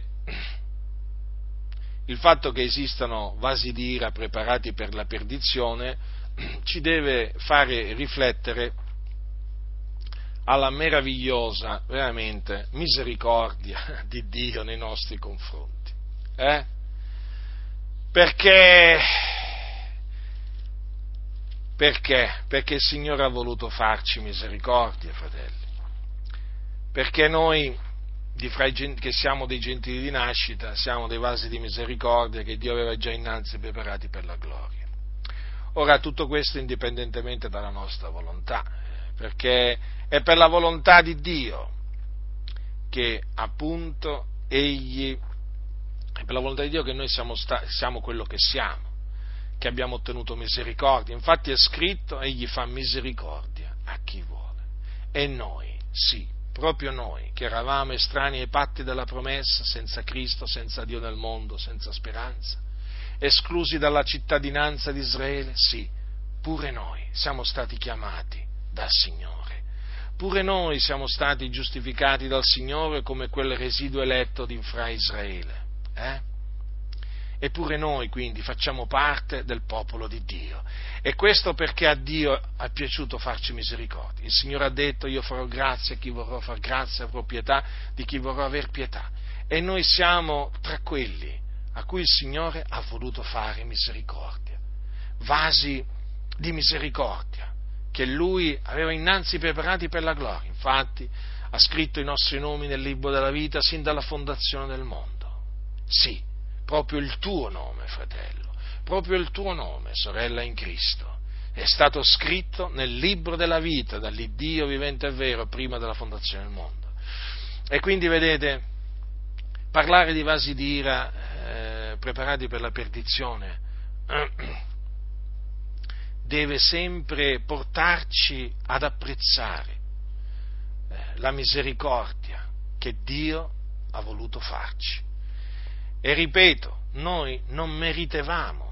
il fatto che esistano vasi d'ira preparati per la perdizione ci deve fare riflettere alla meravigliosa, veramente, misericordia di Dio nei nostri confronti. Perché? Perché il Signore ha voluto farci misericordia, fratelli. Perché noi, che siamo dei gentili di nascita, siamo dei vasi di misericordia che Dio aveva già innanzi preparati per la gloria. Ora, tutto questo indipendentemente dalla nostra volontà, perché è per la volontà di Dio che appunto è per la volontà di Dio che noi siamo quello che siamo, che abbiamo ottenuto misericordia. Infatti è scritto: egli fa misericordia a chi vuole. E noi, sì, proprio noi, che eravamo estranei ai patti della promessa, senza Cristo, senza Dio nel mondo, senza speranza, esclusi dalla cittadinanza di Israele, sì, pure noi siamo stati chiamati dal Signore, pure noi siamo stati giustificati dal Signore come quel residuo eletto di fra Israele, Eppure noi quindi facciamo parte del popolo di Dio, e questo perché a Dio è piaciuto farci misericordia. Il Signore ha detto: io farò grazia a chi vorrò far grazia, avrò pietà di chi vorrò aver pietà, e noi siamo tra quelli a cui il Signore ha voluto fare misericordia, vasi di misericordia che Lui aveva innanzi preparati per la gloria. Infatti ha scritto i nostri nomi nel libro della vita sin dalla fondazione del mondo. Sì, proprio il tuo nome, fratello, proprio il tuo nome, sorella in Cristo, è stato scritto nel libro della vita dall'Iddio vivente e vero prima della fondazione del mondo. E quindi vedete, parlare di vasi d'ira preparati per la perdizione deve sempre portarci ad apprezzare la misericordia che Dio ha voluto farci. E ripeto, noi non meritevamo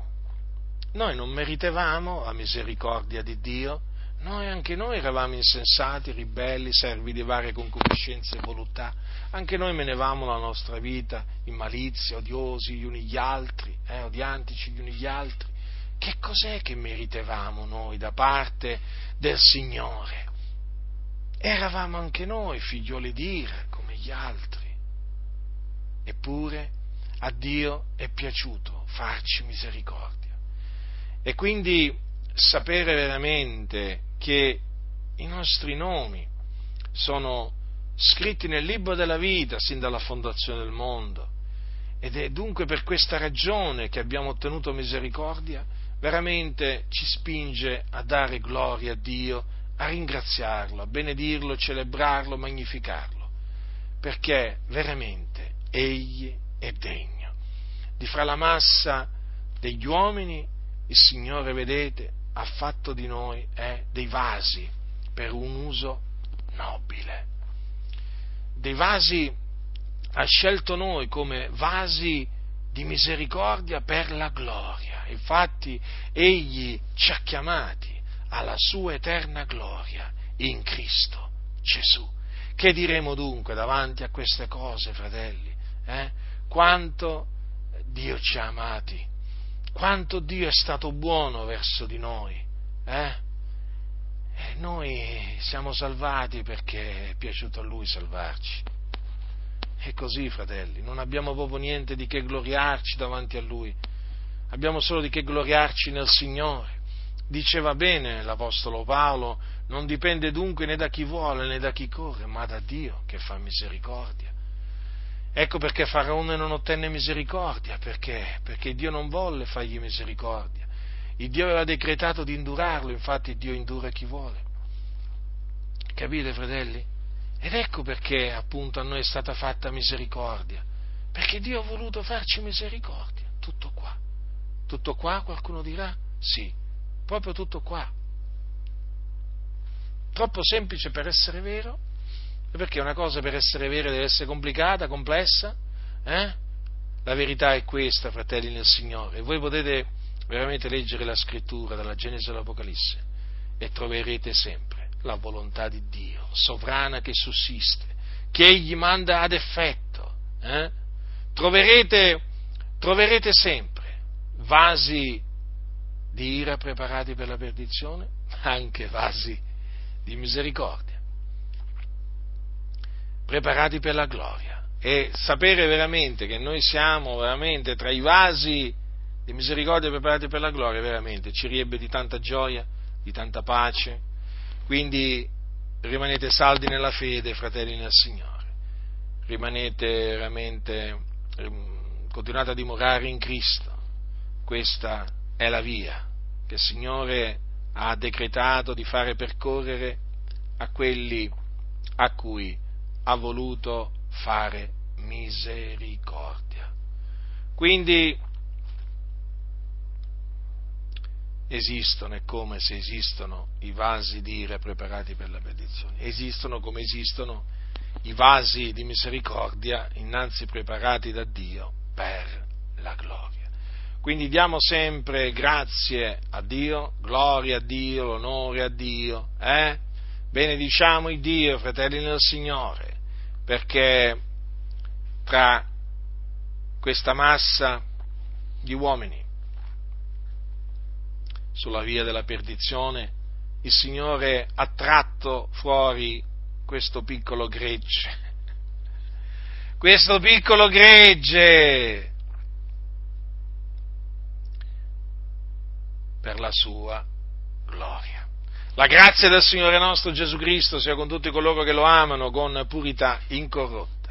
la misericordia di Dio, anche noi eravamo insensati, ribelli, servi di varie concupiscenze e voluttà, anche noi menevamo la nostra vita in malizia, odiosi gli uni gli altri, odiantici gli uni gli altri. Che cos'è che meritevamo noi da parte del Signore? Eravamo anche noi figlioli di ira come gli altri, eppure a Dio è piaciuto farci misericordia. E quindi sapere veramente che i nostri nomi sono scritti nel libro della vita sin dalla fondazione del mondo, ed è dunque per questa ragione che abbiamo ottenuto misericordia, veramente ci spinge a dare gloria a Dio, a ringraziarlo, a benedirlo, celebrarlo, magnificarlo, perché veramente Egli è degno. Di fra la massa degli uomini il Signore, vedete, ha fatto di noi dei vasi per un uso nobile, dei vasi ha scelto noi come vasi di misericordia per la gloria. Infatti Egli ci ha chiamati alla sua eterna gloria in Cristo Gesù. Che diremo dunque davanti a queste cose, fratelli? Quanto Dio ci ha amati, quanto Dio è stato buono verso di noi. Noi siamo salvati perché è piaciuto a Lui salvarci. È così, fratelli, non abbiamo proprio niente di che gloriarci davanti a Lui, abbiamo solo di che gloriarci nel Signore. Diceva bene l'Apostolo Paolo: non dipende dunque né da chi vuole né da chi corre, ma da Dio che fa misericordia. Ecco perché Faraone non ottenne misericordia, perché Dio non volle fargli misericordia. Il Dio aveva decretato di indurarlo, infatti Dio indura chi vuole. Capite, fratelli? Ed ecco perché appunto a noi è stata fatta misericordia, perché Dio ha voluto farci misericordia. Tutto qua. Tutto qua, qualcuno dirà? Sì, proprio tutto qua. Troppo semplice per essere vero? Perché una cosa per essere vera deve essere complicata, complessa? La verità è questa, fratelli nel Signore. Voi potete veramente leggere la Scrittura dalla Genesi all'Apocalisse e troverete sempre la volontà di Dio, sovrana, che sussiste, che Egli manda ad effetto. Troverete sempre vasi di ira preparati per la perdizione, ma anche vasi di misericordia preparati per la gloria. E sapere veramente che noi siamo veramente tra i vasi di misericordia preparati per la gloria, veramente ci riempie di tanta gioia, di tanta pace. Quindi rimanete saldi nella fede, fratelli nel Signore, rimanete veramente, continuate a dimorare in Cristo. Questa è la via che il Signore ha decretato di fare percorrere a quelli a cui ha voluto fare misericordia. Quindi esistono, è come se esistono i vasi di ira preparati per la perdizione, esistono come esistono i vasi di misericordia innanzi preparati da Dio per la gloria. Quindi diamo sempre grazie a Dio, gloria a Dio, l'onore a Dio, benediciamo il Dio, fratelli nel Signore, perché tra questa massa di uomini sulla via della perdizione il Signore ha tratto fuori questo piccolo gregge per la sua gloria. La grazia del Signore nostro Gesù Cristo sia con tutti coloro che lo amano con purità incorrotta.